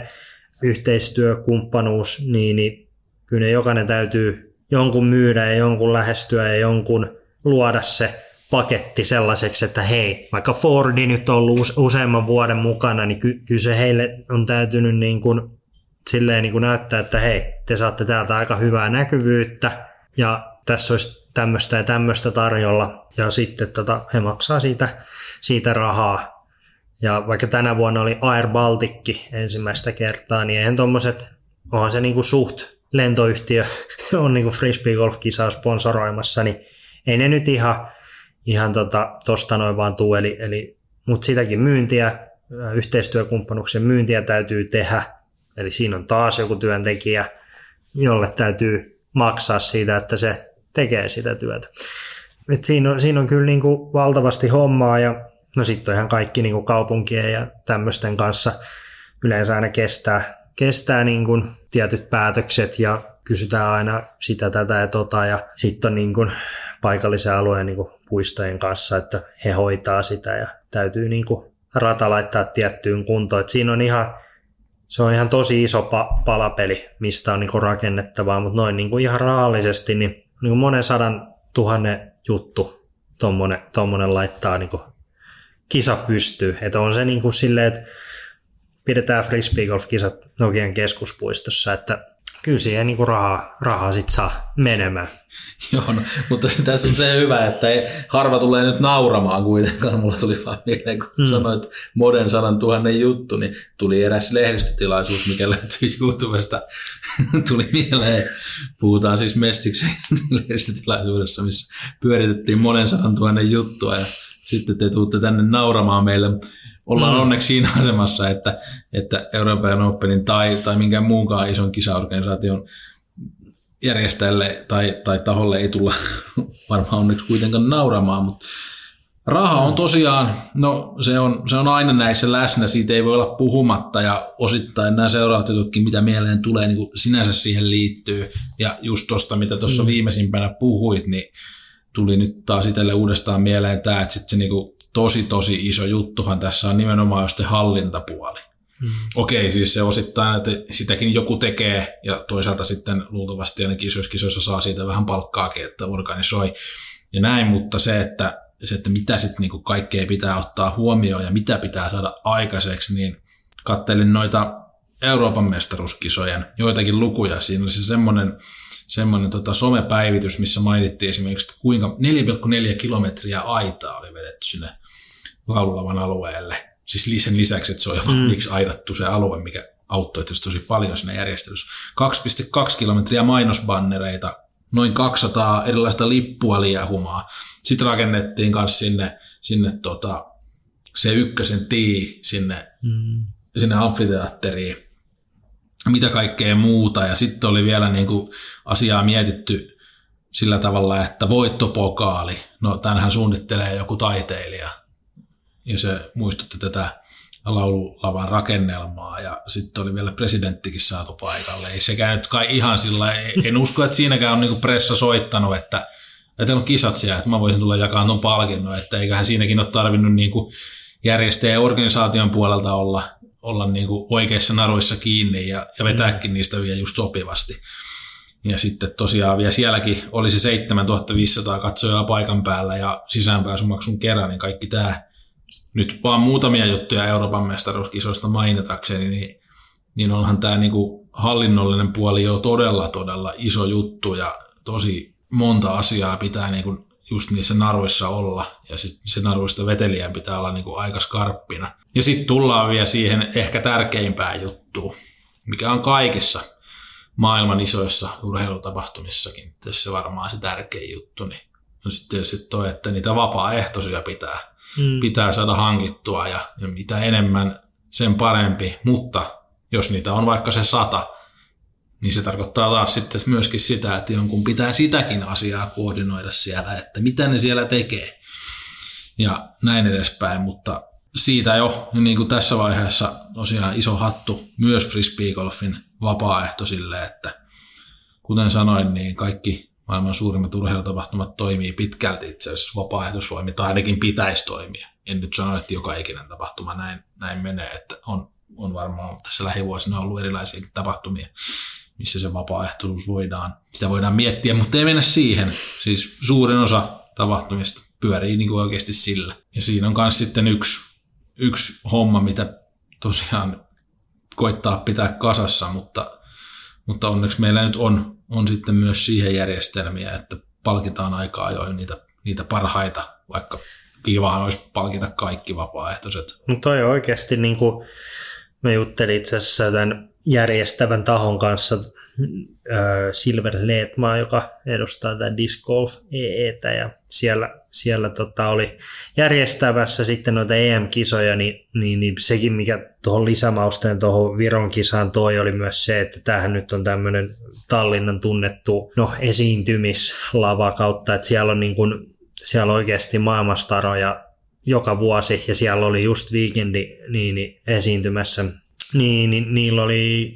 yhteistyökumppanuus, niin kyllä jokainen täytyy jonkun myydä ja jonkun lähestyä ja jonkun luoda se paketti sellaiseksi, että hei, vaikka Fordi nyt on ollut useamman vuoden mukana, niin kyllä se heille on täytynyt niin kuin, silleen niin kuin näyttää, että hei, te saatte täältä aika hyvää näkyvyyttä ja tässä olisi tämmöistä ja tämmöistä tarjolla ja sitten he maksaa siitä rahaa. Ja vaikka tänä vuonna oli Air Baltic ensimmäistä kertaa, niin eihän tommoset, onhan se niinku suht lentoyhtiö on niinku Frisbee Golf-kisaa sponsoroimassa, niin ei ne nyt ihan tosta noin vaan tuu. Mutta sitäkin myyntiä, yhteistyökumppanuksen myyntiä täytyy tehdä, eli siinä on taas joku työntekijä, jolle täytyy maksaa siitä, että se tekee sitä työtä. Et siinä on kyllä niinku valtavasti hommaa ja no sitten on ihan kaikki niin kuin kaupunkien ja tämmöisten kanssa yleensä aina kestää niin kuin tietyt päätökset ja kysytään aina sitä, tätä ja tota ja sitten on niin kuin paikallisen alueen niin kuin puistojen kanssa, että he hoitaa sitä ja täytyy niin kuin rata laittaa tiettyyn kuntoon. Et siinä on se on ihan tosi iso palapeli, mistä on niin kuin rakennettavaa, mutta noin niin kuin ihan rahallisesti niin kuin monen 100 000 juttu tommonen laittaa niin kuin kisa pystyy. Että on se niin kuin silleen, että pidetään frisbeegolf-kisat Nokian keskuspuistossa, että kyllä siihen niin kuin rahaa sit saa menemään. Joo, no, mutta tässä on se hyvä, että harva tulee nyt nauramaan kuitenkaan. Mulla tuli vaan mieleen, kun sanoit Moden 100 000 juttu, niin tuli eräs lehdistötilaisuus, mikä löytyy YouTubesta. Tuli mieleen. Puhutaan siis Mestiksen lehdistötilaisuudessa, missä pyöritettiin Moden 100 000 juttua ja sitten te tuutte tänne nauramaan meille. Ollaan onneksi siinä asemassa, että Euroopan Openin tai minkään muunkaan ison kisaorganisaation järjestäjälle tai taholle ei tulla varmaan onneksi kuitenkaan nauramaan, mutta raha on tosiaan, no se on aina näissä läsnä, siitä ei voi olla puhumatta ja osittain nämä seuraavat jututkin, mitä mieleen tulee, niin kuin sinänsä siihen liittyy ja just tuosta, mitä tuossa viimeisimpänä puhuit, niin tuli nyt taas itselle uudestaan mieleen tämä, että sitten se niinku tosi iso juttuhan tässä on nimenomaan just se hallintapuoli. Okei, siis se osittain, että sitäkin joku tekee ja toisaalta sitten luultavasti ainakin isoissa kisoissa saa siitä vähän palkkaakin, että organisoi ja näin, mutta se, että mitä sitten niinku kaikkea pitää ottaa huomioon ja mitä pitää saada aikaiseksi, niin kattelin noita Euroopan mestaruuskisojen joitakin lukuja. Siinä oli se semmoinen somepäivitys, missä mainittiin esimerkiksi, että kuinka 4,4 kilometriä aitaa oli vedetty sinne laululavan alueelle. Siis sen lisäksi, että se on miksi aidattu se alue, mikä auttoi tosi paljon siinä järjestelyssä. 2,2 kilometriä mainosbannereita, noin 200 erilaista lippua liehumaa. Sitten rakennettiin myös sinne se ykkösen tii sinne amfiteatteriin. Mitä kaikkea muuta. Ja sitten oli vielä niinku asiaa mietitty sillä tavalla, että voittopokaali. No tämänhän suunnittelee joku taiteilija. Ja se muistutti tätä laululavan rakennelmaa. Ja sitten oli vielä presidenttikin saatu paikalle. Ei sekään nyt kai ihan sillä, en usko, että siinäkään on niinku pressa soittanut, että on kisat siellä, että mä voisin tulla jakamaan ton palkinnon. Että eiköhän siinäkin ole tarvinnut niinku järjestäjä ja organisaation puolelta olla niinku oikeissa naruissa kiinni ja vetääkin niistä vielä just sopivasti. Ja sitten tosiaan vielä sielläkin oli se 7500 katsojaa paikan päällä ja sisäänpääsymaksun kerran, niin kaikki tämä, nyt vaan muutamia juttuja Euroopan mestaruuskisoista mainitakseni, niin onhan tämä niinku hallinnollinen puoli jo todella iso juttu ja tosi monta asiaa pitää niinku just niissä naruissa olla, ja se naruista vetelijän pitää olla niinku aika skarppina. Ja sitten tullaan vielä siihen ehkä tärkeimpään juttuun, mikä on kaikissa maailman isoissa urheilutapahtumissakin. Tässä varmaan se tärkein juttu, niin on sitten tietysti toi, että niitä vapaaehtoisia pitää saada hankittua, ja mitä enemmän sen parempi, mutta jos niitä on vaikka se 100, niin se tarkoittaa taas sitten myöskin sitä, että jonkun pitää sitäkin asiaa koordinoida siellä, että mitä ne siellä tekee ja näin edespäin, mutta siitä jo niin kuin tässä vaiheessa tosiaan iso hattu myös frisbeegolfin vapaaehtoisille, että kuten sanoin, niin kaikki maailman suurimmat urheilutapahtumat toimii pitkälti itse asiassa vapaaehtoisvoimin, tai ainakin pitäisi toimia. En nyt sano, että joka ikinen tapahtuma näin menee, että on varmaan tässä lähivuosina ollut erilaisia tapahtumia, missä se vapaaehtoisuus sitä voidaan miettiä, mutta ei mennä siihen. Siis suurin osa tapahtumista pyörii niin kuin oikeasti sillä. Ja siinä on myös sitten yksi homma, mitä tosiaan koittaa pitää kasassa, mutta onneksi meillä nyt on sitten myös siihen järjestelmiä, että palkitaan aika ajoin niitä parhaita, vaikka kivahan olisi palkita kaikki vapaaehtoiset. No toi oikeasti, niin kuin mä juttelin itse asiassa tämän järjestävän tahon kanssa, Silver Leetmaa, joka edustaa tätä Disc Golf EEtä, ja siellä oli järjestävässä sitten noita EM-kisoja, niin sekin, mikä tuohon lisämausteen tuohon Viron kisaan toi, oli myös se, että tämähän nyt on tämmöinen Tallinnan tunnettu esiintymislava kautta, että siellä on siellä oikeasti maailmanstaroja joka vuosi, ja siellä oli just Weekendi esiintymässä, niin niillä oli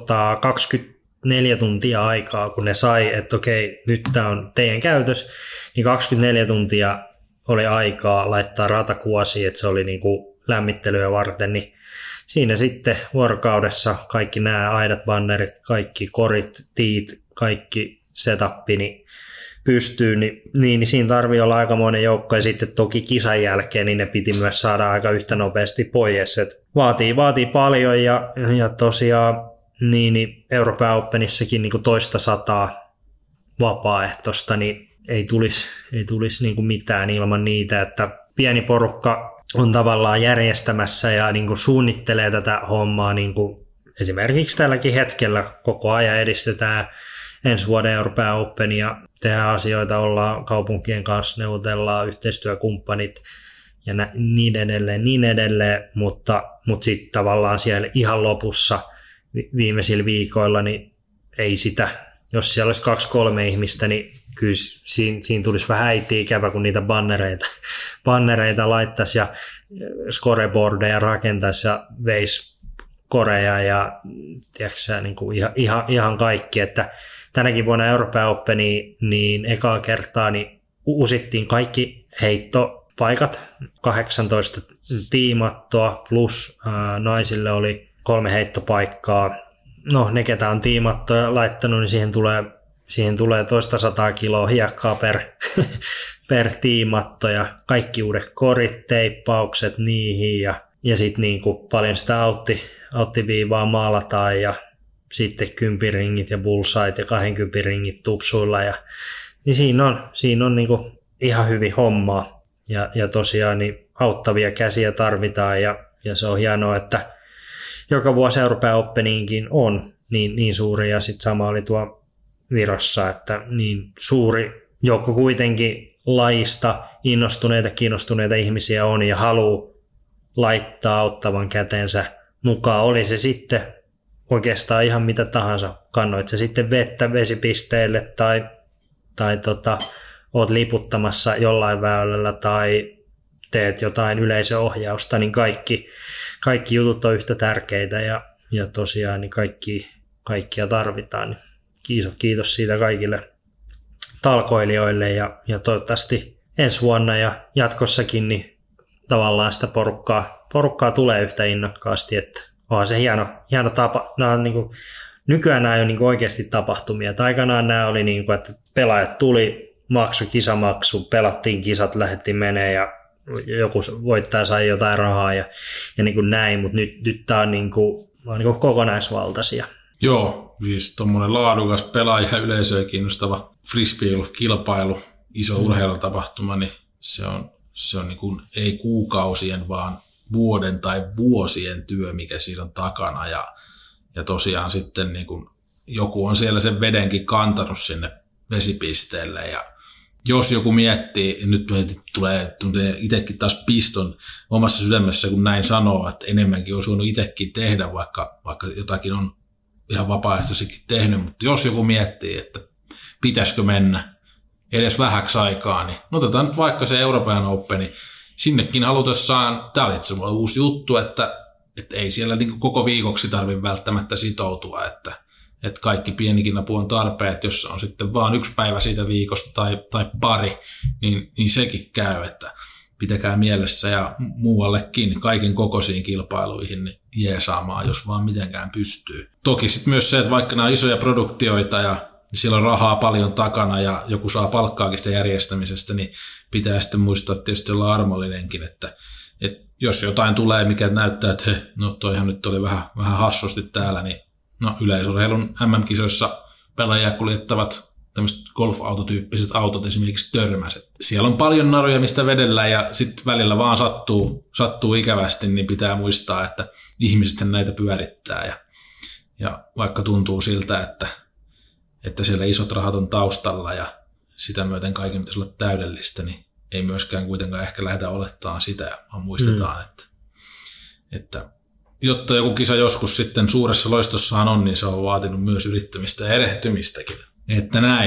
24 tuntia aikaa, kun ne sai, että okei, nyt tämä on teidän käytös, niin 24 tuntia oli aikaa laittaa ratakuosiin, että se oli niinku lämmittelyä varten, niin siinä sitten vuorokaudessa kaikki nämä aidat, bannerit, kaikki korit, tiit, kaikki setappi, niin pystyyn, niin siinä tarvii olla aikamoinen joukko, ja sitten toki kisan jälkeen niin ne piti myös saada aika yhtä nopeasti pois. Et vaatii paljon, ja tosiaan niin Euroopan Openissakin niin kuin 200 vapaaehtoista, niin ei tulisi niin kuin mitään ilman niitä, että pieni porukka on tavallaan järjestämässä ja niin kuin suunnittelee tätä hommaa, niin kuin esimerkiksi tälläkin hetkellä koko ajan edistetään ensi vuoden Euroopan Openia, tehdään asioita, ollaan kaupunkien kanssa, neuvotellaan yhteistyökumppanit ja niin edelleen, mutta sitten tavallaan siellä ihan lopussa viimeisillä viikoilla, niin ei sitä, jos siellä olisi 2-3 ihmistä, niin kyllä siinä tulisi vähän äitiä ikävä, kun niitä bannereita laittaisi ja scoreboardeja rakentaisi ja veisi koreja ja tiedätkö, niin kuin ihan kaikki, että tänäkin vuonna Euroopan Openiin niin ekaa kertaa niin uusittiin kaikki heittopaikat, 18 tiimattoa plus naisille oli 3 heittopaikkaa. No ne ketä on tiimattoja laittanut, niin siihen tulee 200 kiloa hiekkaa per tiimatto ja kaikki uudet korit, teippaukset niihin ja sitten niin paljon sitä auttiviivaa maalataan ja sitten 10 ringit ja bullsait ja 20 ringit tupsuilla. Niin siinä on niin kuin ihan hyvin hommaa ja tosiaan niin auttavia käsiä tarvitaan ja se on hienoa, että joka vuosi Euroopan Openiinkin on niin suuri ja sitten sama oli tuo Virossa, että niin suuri joukko kuitenkin lajista kiinnostuneita ihmisiä on ja haluaa laittaa auttavan kätensä mukaan. Oli se sitten oikeastaan ihan mitä tahansa. Kannoit se sitten vettä vesipisteelle tai oot liputtamassa jollain väylällä tai teet jotain yleisöohjausta, niin kaikki jutut on yhtä tärkeitä ja tosiaan niin kaikkia tarvitaan. Niin kiitos siitä kaikille talkoilijoille ja toivottavasti ensi vuonna ja jatkossakin niin tavallaan sitä porukkaa tulee yhtä innokkaasti, että onhan se hieno tapa. Nykyään nämä ei ole niin oikeasti tapahtumia. Että aikanaan nämä oli, niin kuin, että pelaajat tuli, kisamaksu, pelattiin kisat, lähdettiin menee ja joku voittaja sai jotain rahaa ja niin kuin näin, mutta nyt tämä on, niin kuin kokonaisvaltaisia. Joo, siis tuommoinen laadukas pelaaja ja yleisöä kiinnostava frisbee-kilpailu, iso urheilutapahtuma, niin se on niin kuin, ei kuukausien, vaan vuoden tai vuosien työ, mikä siinä on takana. Ja tosiaan sitten niin kuin, joku on siellä sen vedenkin kantanut sinne vesipisteelle. Ja jos joku miettii, ja nyt tulee itsekin taas piston omassa sydämessä, kun näin sanoo, että enemmänkin olisi voinut itsekin tehdä, vaikka jotakin on ihan vapaaehtoisestikin tehnyt. Mutta jos joku miettii, että pitäisikö mennä edes vähäksi aikaa, niin otetaan nyt vaikka se Euroopan Openi. Sinnekin halutessaan, tämä oli itse uusi juttu, että ei siellä niin koko viikoksi tarvitse välttämättä sitoutua, että kaikki pienikin apu on tarpeen, että jos on sitten vaan 1 päivä siitä viikosta tai pari, niin sekin käy, että pitäkää mielessä ja muuallekin kaiken kokoisiin kilpailuihin niin jeesaamaan, jos vaan mitenkään pystyy. Toki sitten myös se, että vaikka nämä on isoja produktioita ja siellä on rahaa paljon takana ja joku saa palkkaakin sitä järjestämisestä, niin pitää sitten muistaa tietysti olla armollinenkin, että jos jotain tulee, mikä näyttää, että toihan nyt oli vähän hassusti täällä, niin yleisurheilun MM-kisoissa pelaajia kuljettavat tämmöiset golf-autotyyppiset autot esimerkiksi törmäset. Siellä on paljon naruja, mistä vedellä ja sitten välillä vaan sattuu ikävästi, niin pitää muistaa, että ihmiset näitä pyörittää ja vaikka tuntuu siltä, että siellä isot rahat on taustalla ja sitä myöten kaiken pitäisi olla täydellistä, niin ei myöskään kuitenkaan ehkä lähdetä olettamaan sitä, vaan muistetaan, että jotta joku kisa joskus sitten suuressa loistossaan on, niin se on vaatinut myös yrittämistä ja erehtymistäkin. Että näin.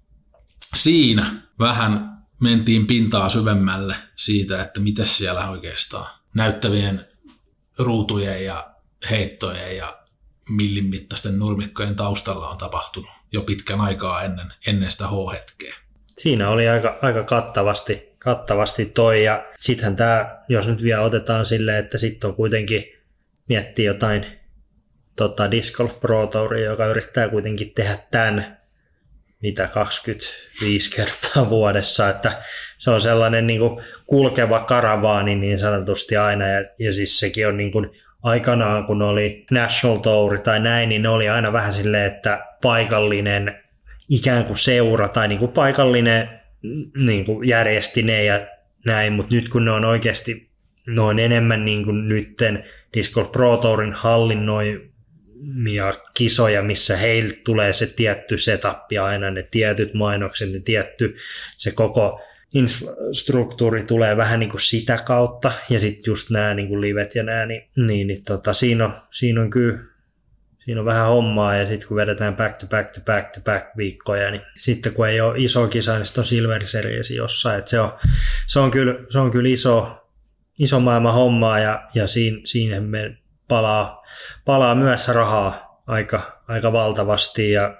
Siinä vähän mentiin pintaa syvemmälle siitä, että mitä siellä oikeastaan näyttävien ruutujen ja heittojen ja millin mittaisten nurmikkojen taustalla on tapahtunut jo pitkän aikaa ennen sitä H-hetkeä. Siinä oli aika kattavasti toi, ja sittenhän tämä, jos nyt vielä otetaan silleen, että sitten on kuitenkin miettii jotain Disc Golf Pro Touria, joka yrittää kuitenkin tehdä tämän mitä 25 kertaa vuodessa, että se on sellainen niin kuin kulkeva karavaani niin sanotusti aina, ja siis sekin on niin kuin aikanaan, kun oli National Tour tai näin, niin ne oli aina vähän silleen, että paikallinen ikään kuin seura tai niin kuin paikallinen niin kuin järjesti ne ja näin, mutta nyt kun ne on oikeasti noin enemmän niin kuin nytten Disc Golf Pro Tourin hallinnoimia kisoja, missä heiltä tulee se tietty setup ja aina ne tietyt mainokset, ne tietty se koko infrastruktuuri tulee vähän niin kuin sitä kautta ja sitten just nämä niin kuin livet ja nämä, siinä on kyllä siinä on vähän hommaa ja sitten kun vedetään back to back viikkoja, niin sitten kun ei ole iso kisa, niin sitten on Silver Series jossain. Et se on kyllä iso maailman hommaa ja siinä me palaa myös rahaa aika valtavasti ja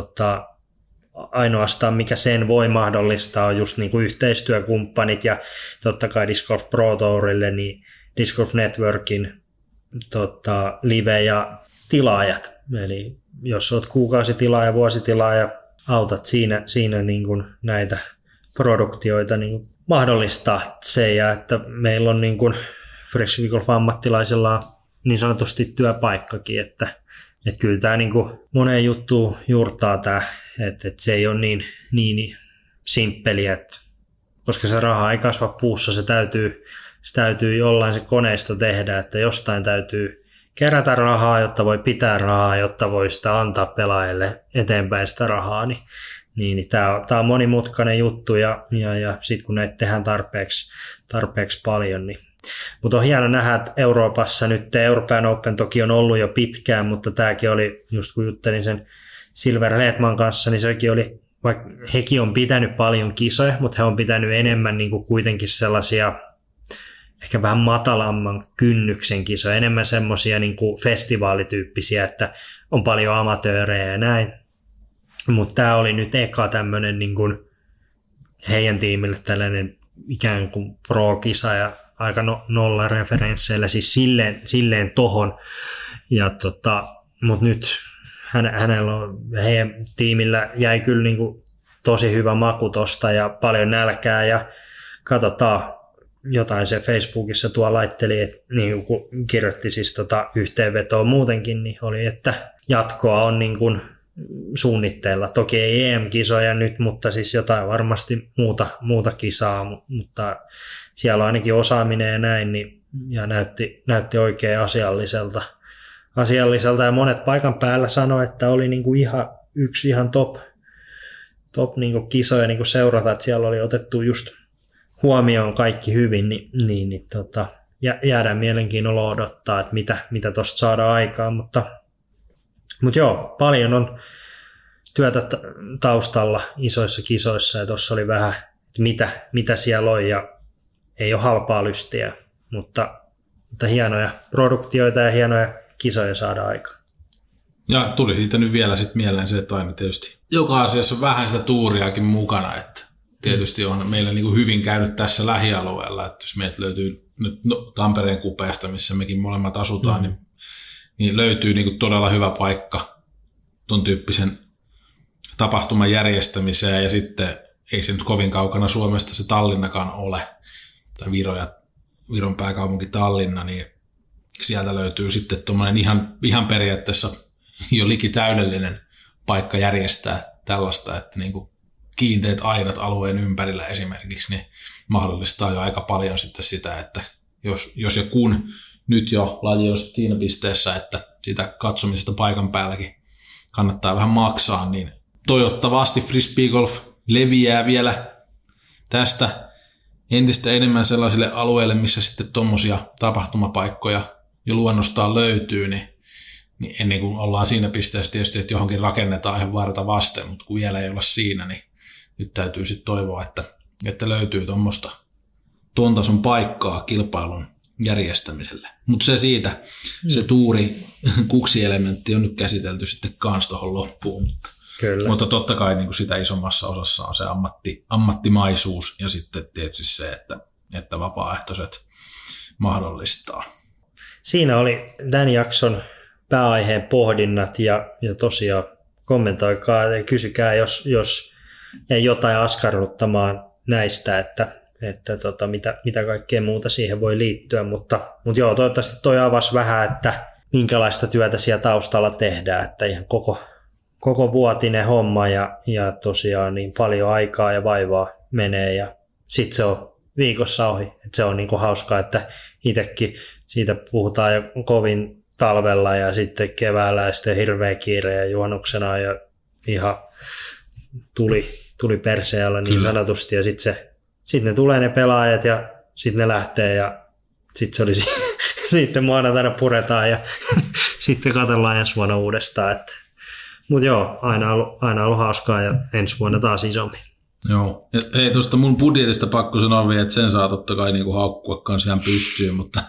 ainoastaan mikä sen voi mahdollistaa on just niin kuin yhteistyökumppanit ja totta kai Disc Golf Pro Tourille niin Disc Golf Networkin live ja tilaajat. Eli jos olet kuukausitilaaja, vuositilaaja, autat siinä niin kuin näitä produktioita niin kuin mahdollistaa se ja että meillä on niin kuin Fresh Golf ammattilaisilla niin sanotusti työpaikkakin, että kyllä tämä niin kuin moneen juttuun juurtaa tämä, että se ei ole niin simppeliä, että koska se raha ei kasva puussa, se täytyy jollain se koneisto tehdä, että jostain täytyy kerätä rahaa, jotta voi pitää rahaa, jotta voi sitä antaa pelaajille eteenpäin sitä rahaa, niin tämä on monimutkainen juttu ja sitten kun näitä tehdään tarpeeksi paljon, niin mutta on hieno nähdä, että Euroopassa nyt European Open toki on ollut jo pitkään, mutta tämäkin oli, just kun juttelin sen Silver Lehtman kanssa, niin sekin oli, vaikka hekin on pitänyt paljon kisoja, mutta he on pitänyt enemmän niin kuin kuitenkin sellaisia ehkä vähän matalamman kynnyksen kisoja, enemmän semmoisia niin kuin festivaalityyppisiä, että on paljon amatöörejä ja näin. Mutta tämä oli nyt eka tämmöinen niin kuin heidän tiimille tällainen ikään kuin pro-kisa ja aika nolla referensseillä, siis silleen tohon. Mutta nyt hänellä on, heidän tiimillä jäi kyllä niin kuin tosi hyvä maku tosta ja paljon nälkää ja katsotaan, jotain se Facebookissa tuo laitteli, että niin kun kirjoitti siis yhteenvetoa muutenkin, niin oli, että jatkoa on niin kuin suunnitteilla. Toki ei EM-kisoja nyt, mutta siis jotain varmasti muuta kisaa, mutta siellä ainakin osaaminen ja näin, niin, ja näytti oikein asialliselta ja monet paikan päällä sanoi, että oli niin kuin yksi ihan top niin kuin kisoja niin kuin seurata, että siellä oli otettu just huomioon kaikki hyvin, niin jäädään mielenkiinnolla odottaa, että mitä tuosta saadaan aikaan, mutta joo, paljon on työtä taustalla isoissa kisoissa ja tuossa oli vähän, mitä siellä on ja ei ole halpaa lystiä, mutta hienoja produktioita ja hienoja kisoja saadaan aikaan. Ja tuli siitä nyt vielä sit mieleen se, että aina tietysti joka asiassa on vähän sitä tuuriakin mukana, että tietysti on meillä niin kuin hyvin käynyt tässä lähialueella, että jos meiltä löytyy nyt Tampereen kupeesta, missä mekin molemmat asutaan, niin löytyy niin kuin todella hyvä paikka ton tyyppisen tapahtuman järjestämiseen ja sitten ei se nyt kovin kaukana Suomesta se Tallinnakaan ole, tai Viron pääkaupunki Tallinna, niin sieltä löytyy sitten tuommoinen ihan periaatteessa jo likitäydellinen paikka järjestää tällaista, että niin kuin kiinteät aidat alueen ympärillä esimerkiksi, niin mahdollistaa jo aika paljon sitten sitä, että jos ja kun nyt jo laji on siinä pisteessä, että sitä katsomisesta paikan päälläkin kannattaa vähän maksaa, niin toivottavasti frisbee golf leviää vielä tästä entistä enemmän sellaisille alueille, missä sitten tuommoisia tapahtumapaikkoja jo luonnostaan löytyy, niin ennen kuin ollaan siinä pisteessä tietysti, että johonkin rakennetaan ihan varta vasten, mutta kun vielä ei olla siinä, niin nyt täytyy sitten toivoa, että löytyy tuon tason paikkaa kilpailun järjestämiselle. Mutta se siitä, se tuuri kuksi-elementti on nyt käsitelty sitten kans tuohon loppuun. Mutta totta kai niin kuin sitä isommassa osassa on se ammattimaisuus ja sitten tietysti se, että vapaaehtoiset mahdollistaa. Siinä oli tämän jakson pääaiheen pohdinnat ja tosiaan kommentoikaa ja kysykää, jos ei jotain askarruttamaan näistä, että mitä kaikkea muuta siihen voi liittyä, mutta joo, toivottavasti toi avasi vähän, että minkälaista työtä siellä taustalla tehdään, että ihan koko vuotinen homma ja tosiaan niin paljon aikaa ja vaivaa menee ja sitten se on viikossa ohi. Et se on niinku hauskaa, että itsekin siitä puhutaan jo kovin talvella ja sitten keväällä ja sitten hirveä kiire ja juhannuksena ja ihan tuli perseellä niin sanotusti ja sitten ne tulee ne pelaajat ja sitten ne lähtee ja sitten se oli sitten maanantaina puretaan ja sitten katsellaan ensi vuonna uudestaan. Mutta joo, aina ollut hauskaa ja ensi vuonna taas isompi. Joo. Hei, tuosta mun budjetista pakko sanoa vielä, että sen saa totta kai niinku haukkua kanssa ihan pystyyn, mutta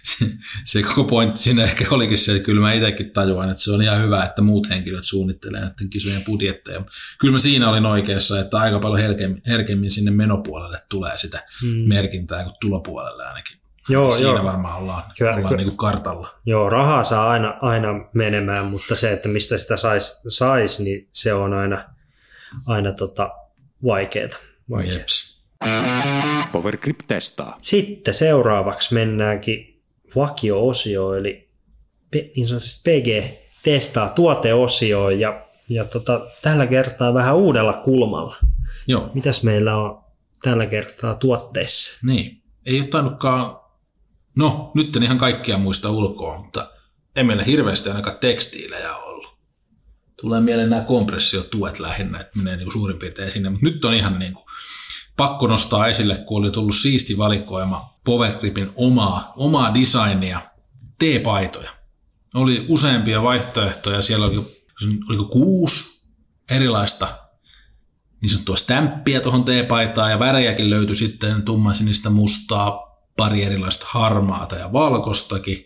se koko pointti siinä ehkä olikin se, että kyllä mä itsekin tajuan, että se on ihan hyvä, että muut henkilöt suunnittelee näiden kisojen budjetteja. Kyllä mä siinä olin oikeassa, että aika paljon herkemmin sinne menopuolelle tulee sitä merkintää kuin tulopuolelle ainakin. Joo, siinä varmaan ollaan niin kuin kartalla. Joo, rahaa saa aina menemään, mutta se, että mistä sitä sais, niin se on aina vaikeaa. Jeps. Powergrip testaa. Sitten seuraavaksi mennäänkin vakio-osioon, eli niin sanotusti PG testaa tuoteosioon ja tällä kertaa vähän uudella kulmalla. Joo. Mitäs meillä on tällä kertaa tuotteissa? Niin, ei ole tainnutkaan, no nyt en ihan kaikkia muista ulkoa, mutta ei meillä hirveästi ainakaan tekstiilejä ollut. Tulee mieleen nämä kompressiotuet lähinnä, että menee niin kuin suurin piirtein sinne, mutta nyt on ihan niin kuin pakko nostaa esille, kun oli tullut siisti valikoima Powergripin omaa designia, T-paitoja. Oli useampia vaihtoehtoja, siellä oliko 6 erilaista niin sanottua stämppiä tuohon T-paitaan ja värejäkin löytyi sitten tummansinistä mustaa, pari erilaista harmaata ja valkostakin.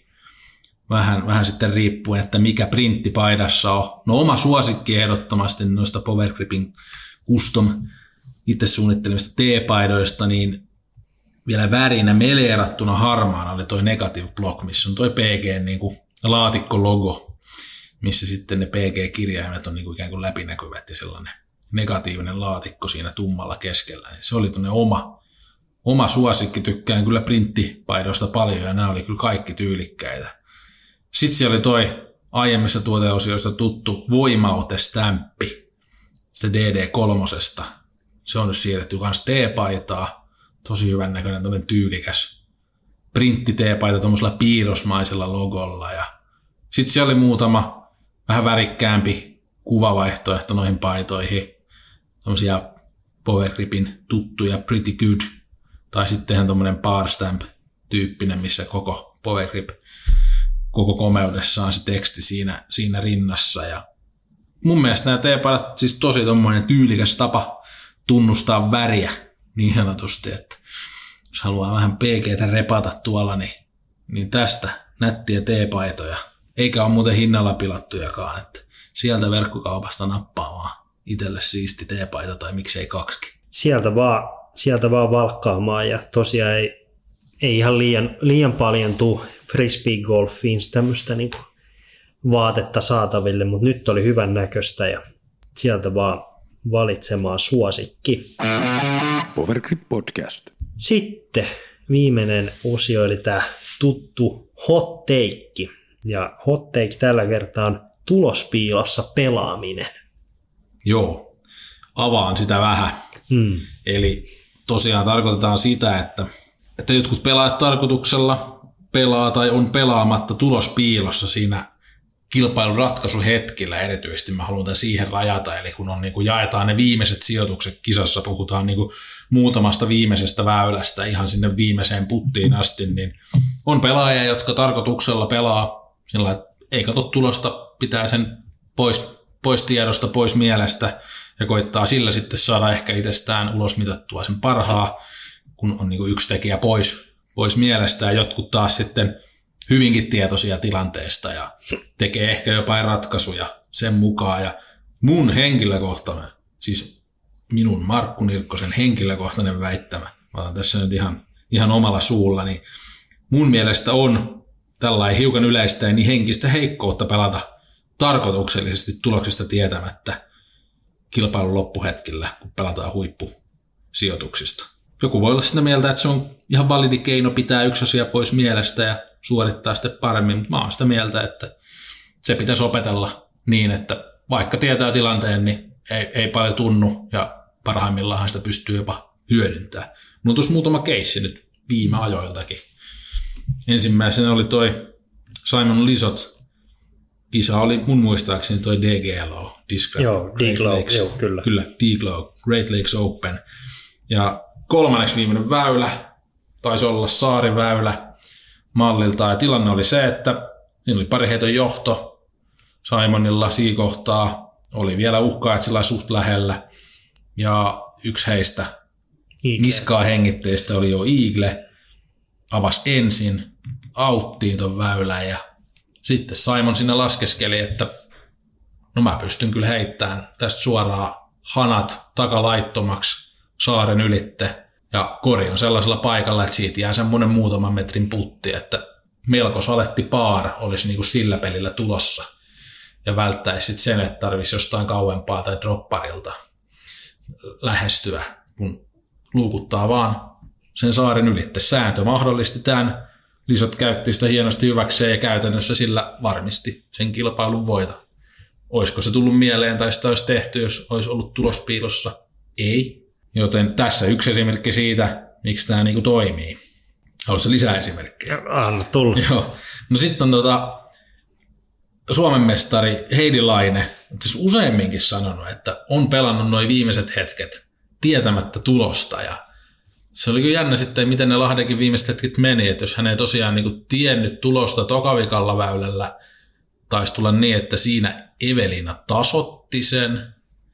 Vähän sitten riippuen, että mikä printti paidassa on. No oma suosikki ehdottomasti noista Powergripin custom itse suunnittelemista T-paidoista, niin vielä värinä meleerattuna harmaana oli toi negative block, missä on toi PG niin kuin laatikko-logo, missä sitten ne PG-kirjaimet on niin kuin ikään kuin läpinäkyvät ja sellainen negatiivinen laatikko siinä tummalla keskellä. Se oli tuonne oma suosikki, tykkään kyllä printtipaidoista paljon ja nämä oli kyllä kaikki tyylikkäitä. Sitten siellä oli toi aiemmissa tuoteosioista tuttu voimaotestämppi, sitä DD3. Se on nyt siirretty myös T-paitaa, tosi hyvän näköinen tuollainen tyylikäs printti T-paita tuollaisella piirrosmaisella logolla. Ja sitten siellä oli muutama vähän värikkäämpi kuvavaihtoehto noihin paitoihin, tämmöisiä Powergripin tuttuja Pretty Good, tai sittenhän tuommoinen Bar Stamp-tyyppinen, missä koko Powergrip koko komeudessaan se teksti siinä rinnassa. Ja mun mielestä nämä T-paidat siis tosi tommoinen tyylikäs tapa tunnustaa väriä niin sanotusti, että jos haluaa vähän PG:tä repata tuolla, niin tästä nättiä T-paitoja. Eikä ole muuten hinnalla pilattujakaan, että sieltä verkkokaupasta nappaamaan itselle siisti T-paita tai miksei 2. Sieltä vaan valkkaamaan ja tosiaan ei ihan liian paljon tule frisbee-golfiin tämmöistä niinku vaatetta saataville, mutta nyt oli hyvän näköistä ja sieltä vaan valitsemaan suosikki. Powergrip Podcast. Sitten viimeinen osio oli tämä tuttu hot take. Ja hot take tällä kertaa on tulospiilossa pelaaminen. Joo, avaan sitä vähän. Eli tosiaan tarkoitetaan sitä, että jotkut pelaajat tarkoituksella pelaa tai on pelaamatta tulospiilossa siinä kilpailun ratkaisuhetkillä erityisesti. Mä haluan tämän siihen rajata, eli kun on, niin kuin jaetaan ne viimeiset sijoitukset kisassa, puhutaan niin kuin muutamasta viimeisestä väylästä ihan sinne viimeiseen puttiin asti, niin on pelaajia, jotka tarkoituksella pelaa sillä, että ei katso tulosta, pitää sen pois tiedosta, pois mielestä ja koittaa sillä sitten saada ehkä itsestään ulosmitattua sen parhaa, kun on niin kuin yksi tekijä pois mielestä ja jotkut taas sitten hyvinkin tietoisia tilanteesta ja tekee ehkä jopa ratkaisuja sen mukaan. Ja mun henkilökohtainen, siis minun Markku Nirkkosen henkilökohtainen väittämä, mä otan tässä nyt ihan omalla suulla, niin mun mielestä on tällainen hiukan yleistä niin henkistä heikkoutta pelata tarkoituksellisesti tuloksista tietämättä kilpailun loppuhetkellä, kun pelataan huippusijoituksista. Joku voi olla sitä mieltä, että se on ihan validi keino pitää yksi asia pois mielestä ja suorittaa sitten paremmin, mutta mä oon sitä mieltä, että se pitäisi opetella niin, että vaikka tietää tilanteen, niin ei paljon tunnu ja parhaimmillaan sitä pystyy jopa hyödyntämään. Mulla on tuossa muutama keissi nyt viime ajoiltakin. Ensimmäisenä oli toi Simon Lizotte. Kisa oli mun muistaakseni toi DGLO, D-Glow, Great Lakes Open. Ja kolmanneksi viimeinen väylä, taisi olla saariväylä mallilta. Ja tilanne oli se, että niillä oli pari heiton johto Simonilla siinä oli vielä uhkaa sillä suht lähellä. Ja yksi heistä niskaa hengitteistä oli jo Eagle, avasi ensin, auttiin ton väylän ja sitten Simon sinne laskeskeli, että no mä pystyn kyllä heittämään tästä suoraan hanat takalaittomaksi saaren ylitte ja kori on sellaisella paikalla, että siitä jää semmoinen muutaman metrin putti, että melko saletti paar olisi niinku sillä pelillä tulossa ja välttäisi sitten sen, että tarvitsisi jostain kauempaa tai dropparilta lähestyä, kun luukuttaa vaan sen saaren ylitte. Sääntö mahdollisti tämän. Lizotte käytti sitä hienosti hyväkseen ja käytännössä sillä varmisti sen kilpailun voiton. Olisiko se tullut mieleen tai sitä olisi tehty, jos olisi ollut tulospiilossa? Ei. Joten tässä yksi esimerkki siitä, miksi tämä niinku toimii. Haluatko lisää esimerkkejä? Anna tulla. Joo. No sitten on Suomen mestari Heidi Laine, siis useamminkin sanonut, että on pelannut nuo viimeiset hetket tietämättä tulosta ja se oli kyllä jännä sitten, miten ne Lahdenkin viimeiset hetket meni, että jos hän ei tosiaan niin kuin tiennyt tulosta tokavikalla väylällä, taisi tulla niin, että siinä Evelina tasotti sen.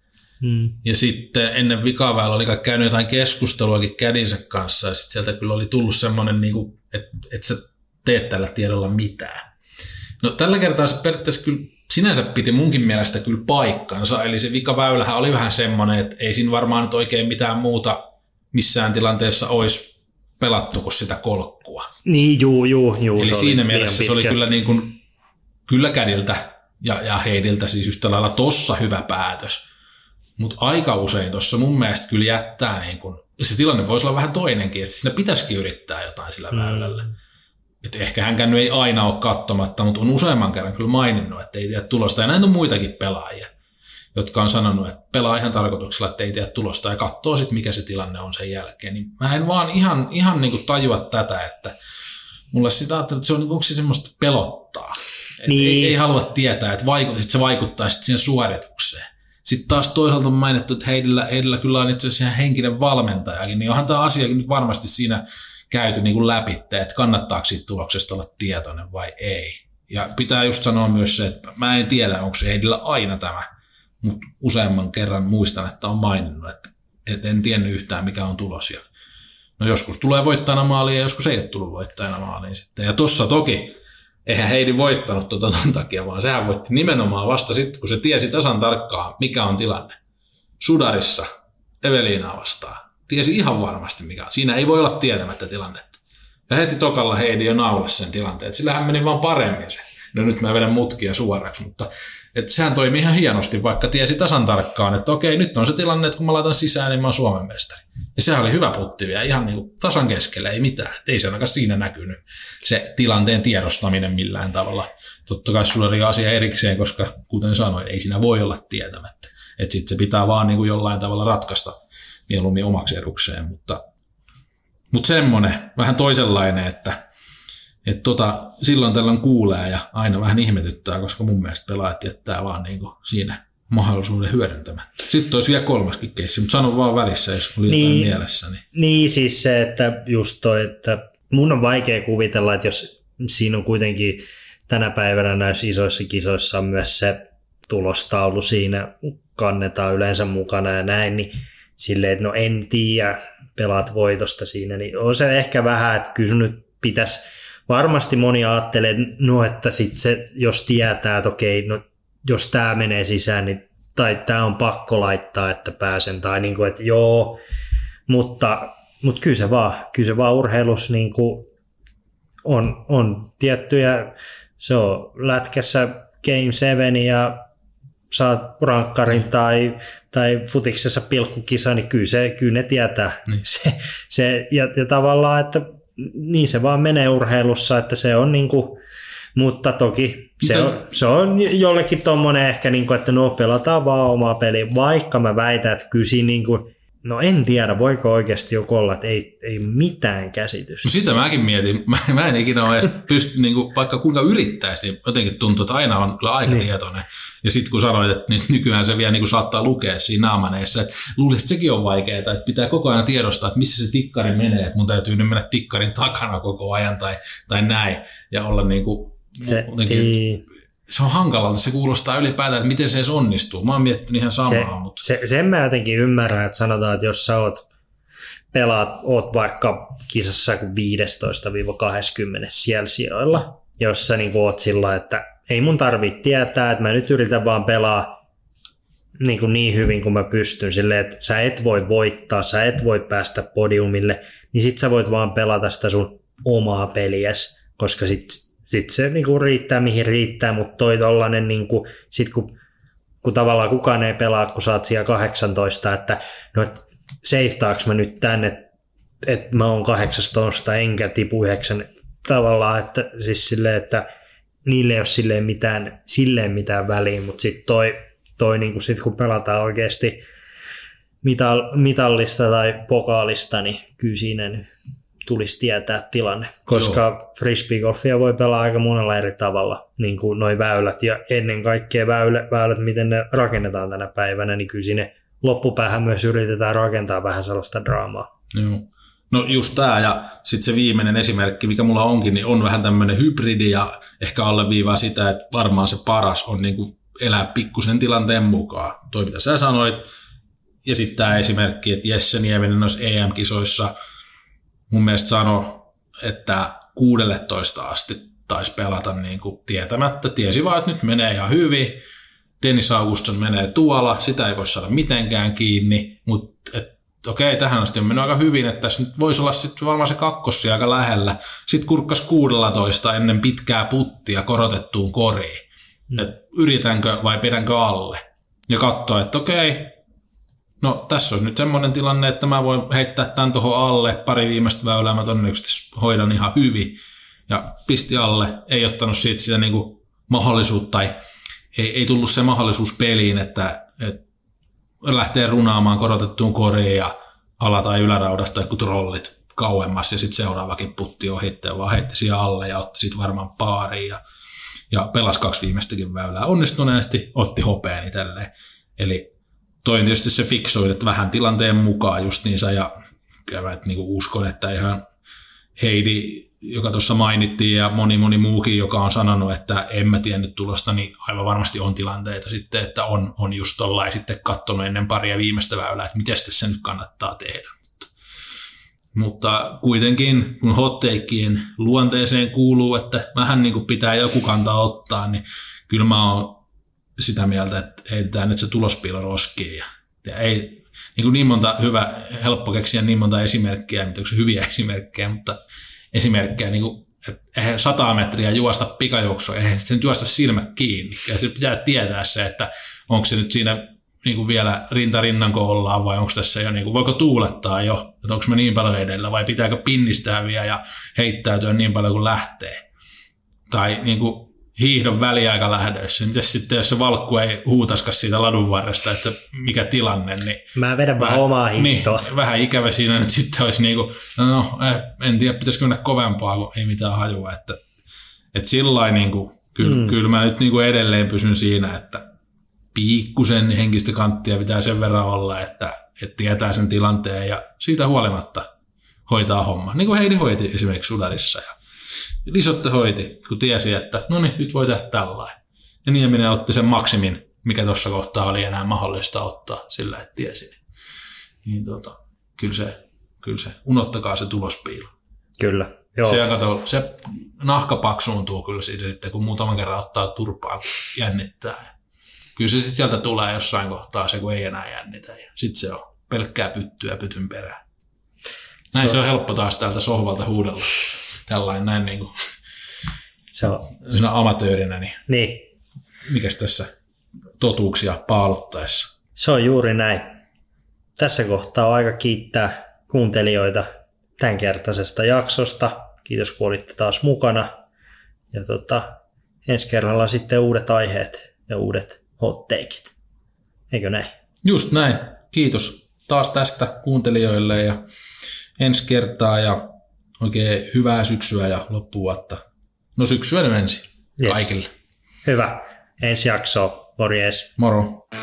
Ja sitten ennen vikaväylä oli käynyt jotain keskusteluakin kädinsä kanssa ja sitten sieltä kyllä oli tullut semmoinen, niin kuin, että sä teet tällä tiedolla mitään. No tällä kertaa se periaatteessa kyllä sinänsä piti munkin mielestä kyllä paikkansa, eli se vikaväylähän oli vähän semmoinen, että ei siinä varmaan nyt oikein mitään muuta missään tilanteessa olisi pelattu kuin sitä kolkkua. Niin, juu. Eli siinä mielessä se oli kyllä, niin kuin, kyllä kädiltä ja Heidiltä siis yhtä lailla tossa hyvä päätös. Mutta aika usein tuossa mun mielestä kyllä jättää, niin kuin, se tilanne voisi olla vähän toinenkin, että siinä pitäisikin yrittää jotain sillä väylällä. Et ehkä hänkään ei aina ole katsomatta, mutta on useamman kerran kyllä maininnut, että ei tiedä tulosta. Ja näin on muitakin pelaajia, jotka on sanonut, että pelaa ihan tarkoituksella, että ei tiedä tulosta ja katsoo sitten, mikä se tilanne on sen jälkeen. Niin mä en vaan ihan niin kuin tajua tätä, että mulle sitä ajattelee, että se on, onko se semmoista pelottaa. Niin. Ei halua tietää, että se vaikuttaa sitten siihen suoritukseen. Sitten taas toisaalta on mainittu, että Heidillä kyllä on itse asiassa ihan henkinen valmentajakin, niin onhan tämä asiakin nyt varmasti siinä käyty niin kuin läpi, että kannattaako siitä tuloksesta olla tietoinen vai ei. Ja pitää just sanoa myös se, että mä en tiedä, onko se Heidillä aina tämä, mutta useamman kerran muistan, että on maininnut, että en tiennyt yhtään, mikä on tulos. Ja no joskus tulee voittajana maaliin ja joskus ei ole tullut voittajana maaliin sitten. Ja tossa toki eihän Heidi voittanut ton takia, vaan sehän voitti nimenomaan vasta sitten, kun se tiesi tasan tarkkaan, mikä on tilanne. Sudarissa Evelinaa vastaan. Tiesi ihan varmasti, mikä on. Siinä ei voi olla tietämättä tilannetta. Ja heti tokalla Heidi jo naulasi sen tilanteen. Sillähän meni vaan paremmin se. No nyt mä vedän mutkia suoraksi, mutta sehän toimi ihan hienosti, vaikka tiesi tasan tarkkaan, että okei, nyt on se tilanne, että kun mä laitan sisään, niin mä oon Suomen mestari. Ja sehän oli hyvä putti vielä, ihan niin kuin tasan keskellä, ei mitään. Et ei se ainakaan siinä näkynyt se tilanteen tiedostaminen millään tavalla. Totta kai sulla oli asia erikseen, koska kuten sanoin, ei siinä voi olla tietämättä. Että sitten se pitää vaan niin kuin jollain tavalla ratkaista mieluummin omaksi edukseen, mutta semmoinen vähän toisenlainen, että silloin tällöin kuulee ja aina vähän ihmetyttää, koska mun mielestä pelaajat jättää vaan niin kuin siinä mahdollisuuden hyödyntämättä. Sitten olisi vielä kolmaskin keissi, mutta sanon vaan välissä, jos oli jotain mielessä. Niin siis se, että just toi, että mun on vaikea kuvitella, että jos siinä on kuitenkin tänä päivänä näissä isoissa kisoissa on myös se tulostaulu siinä kannetaan yleensä mukana ja näin, niin silleen, että no en tiedä, pelaat voitosta siinä, niin on se ehkä vähän, että kyllä nyt pitäisi, varmasti moni ajattelee, että sit se, jos tietää, että okei, no jos tämä menee sisään, niin, tai tämä on pakko laittaa, että pääsen, tai niin kuin, että joo, mutta kyllä se vaan urheilussa niin kuin on tiettyjä, se on lätkässä Game 7 ja saat rankkarin tai futiksessa pilkkukisa, niin kyllä ne tietää. Niin. Ja tavallaan, että niin se vaan menee urheilussa, että se on niinku, mutta toki se on jollekin tommonen ehkä, niinku, että no pelataan vaan omaa peliä, vaikka mä väitän, että kyllä siinä niinku, no en tiedä, voiko oikeasti joku olla, että ei mitään käsitystä. No sitä mäkin mietin. Mä en ikinä ole edes pysty, niin kuin, vaikka kuinka yrittäisi, niin jotenkin tuntuu, että aina on kyllä aika tietoinen. Ja sitten kun sanoit, että nykyään se vielä niin kuin saattaa lukea siinä naamaneissa, että luulisin, että sekin on vaikeaa, että pitää koko ajan tiedostaa, että missä se tikkari menee, että mun täytyy nyt mennä tikkarin takana koko ajan tai näin. Ja olla niin kuin, se on hankalalta, se kuulostaa ylipäätään, että miten se edes onnistuu. Mä oon miettinyt ihan samaa. Sen mä jotenkin ymmärrän, että sanotaan, että jos sä oot vaikka kisassa 15-20 siellä sijoilla, jos sä niin oot sillä, että ei mun tarvitse tietää, että mä nyt yritän vaan pelaa niin hyvin kuin mä pystyn, silleen, että sä et voi voittaa, sä et voi päästä podiumille, niin sit sä voit vaan pelata sitä sun omaa peliäs, koska sit se niinku riittää mihin riittää, mutta toi tollanen, niinku, sit kun tavallaan kukaan ei pelaa, kun sä oot siellä 18, että no seiftaaks mä nyt tänne, että mä oon 18 enkä tipu 9 tavallaan, että siis silleen, että niille ei ole silleen mitään väliä, mutta sitten toi niinku sit kun pelataan oikeasti mitallista tai pokaalista, niin kyllä siinä tulisi tietää tilanne, koska frisbeegolfia voi pelaa aika monella eri tavalla, niin kuin noi väylät ja ennen kaikkea väylät, miten ne rakennetaan tänä päivänä, niin kyllä sinne loppupäähän myös yritetään rakentaa vähän sellaista draamaa. Joo. No just tämä ja sitten se viimeinen esimerkki, mikä mulla onkin, niin on vähän tämmöinen hybridi ja ehkä alleviivaa sitä, että varmaan se paras on niin kuin elää pikkusen tilanteen mukaan. Toi mitä sä sanoit ja sitten tämä esimerkki, että Jesse Nieminen noissa EM-kisoissa mun mielestä sanoi, että 16 asti taisi pelata niin kuin tietämättä. Tiesi vaan, että nyt menee ihan hyvin. Dennis Augustsson menee tuolla, sitä ei voi saada mitenkään kiinni, mutta okei, tähän asti on mennyt aika hyvin, että tässä nyt voisi olla sitten varmaan se kakkossi aika lähellä. Sitten kurkkas 16 ennen pitkää puttia korotettuun koriin. Että yritänkö vai pidänkö alle? Ja katsoa, että okei, no tässä on nyt semmoinen tilanne, että mä voin heittää tämän tuohon alle, pari viimeistä väylää mä todennäköisesti hoidan ihan hyvin. Ja pisti alle, ei ottanut siitä sitä niinku mahdollisuutta, tai ei tullut se mahdollisuus peliin, että lähtee runaamaan korotettuun koriin ja ala- tai yläraudasta jotkut rollit kauemmas, ja sitten seuraavakin putti ohitteen, vaan heitti siihen alle ja otti siitä varmaan paariin ja pelasi 2 viimeistäkin väylää onnistuneesti, otti hopeen itselleen. Eli toi on tietysti se fiksuin, että vähän tilanteen mukaan just niinsä, ja kyllä mä niinku uskon, että ihan Heidi, joka tuossa mainittiin, ja moni muukin, joka on sanonut, että en mä tiennyt tulosta, niin aivan varmasti on tilanteita sitten, että on just tollain sitten katsonut ennen paria viimeistä väylää, että miten se nyt kannattaa tehdä. Mutta kuitenkin, kun hot-takeen luonteeseen kuuluu, että vähän niin kuin pitää joku kantaa ottaa, niin kyllä mä oon sitä mieltä, että heitetään nyt se tulospiilo roskiin. Ja ei niin monta helppo keksiä niin monta esimerkkiä, mitä onko hyviä esimerkkejä, mutta esimerkkejä, niin kuin, että eihän 100 metriä juosta pikajuoksua, eihän sitten juosta silmät kiinni. Ja se pitää tietää se, että onko se nyt siinä niin kuin vielä rinnan kun ollaan, vai onko tässä jo, niin kuin, voiko tuulettaa jo, että onko me niin paljon edellä, vai pitääkö pinnistää vielä ja heittäytyä niin paljon kuin lähtee. Tai niin kuin hiihdon väliaikalähdöissä. Mitäs sitten, jos se valkku ei huutaskas siitä ladun varresta, että mikä tilanne, niin mä vedän vähän omaa hiihtoa. Niin, vähän ikävä siinä nyt sitten olisi niin kuin, en tiedä, pitäisikö mennä kovempaa, kun ei mitään hajua. Että sillain niin kuin, kyllä mä nyt niin kuin edelleen pysyn siinä, että pikkusen henkistä kanttia pitää sen verran olla, että tietää sen tilanteen ja siitä huolimatta hoitaa homma. Niin kuin Heidi hoiti esimerkiksi sudarissa ja Lisotte hoiti, kun tiesi, että no niin, nyt voi tehdä tällainen. Ja Nieminen otti sen maksimin, mikä tuossa kohtaa oli enää mahdollista ottaa sillä, että tiesi. Niin kyllä se, unohtakaa se tulospiilo. Kyllä, joo. Se nahka paksuuntuu kyllä siitä sitten, kun muutaman kerran ottaa turpaan, jännittää. Kyllä se sitten sieltä tulee jossain kohtaa se, kun ei enää jännitä. Sitten se on pelkkää pyttyä pytyn perään. Näin se on helppo taas täältä sohvalta huudella. Tällainen näin niin kuin se on amatöörinä. Niin. mikäs tässä totuuksia paaluttaessa. Se on juuri näin. Tässä kohtaa on aika kiittää kuuntelijoita tämänkertaisesta jaksosta. Kiitos kun olitte taas mukana. Ja ensi kerralla sitten uudet aiheet ja uudet hot takeit. Eikö näin? Just näin. Kiitos taas tästä kuuntelijoille ja ensi kertaa ja oikein hyvää syksyä ja loppuvuotta. No syksyä nyt ensin kaikille. Hyvä. Ensi jaksoa. Morjes. Moro.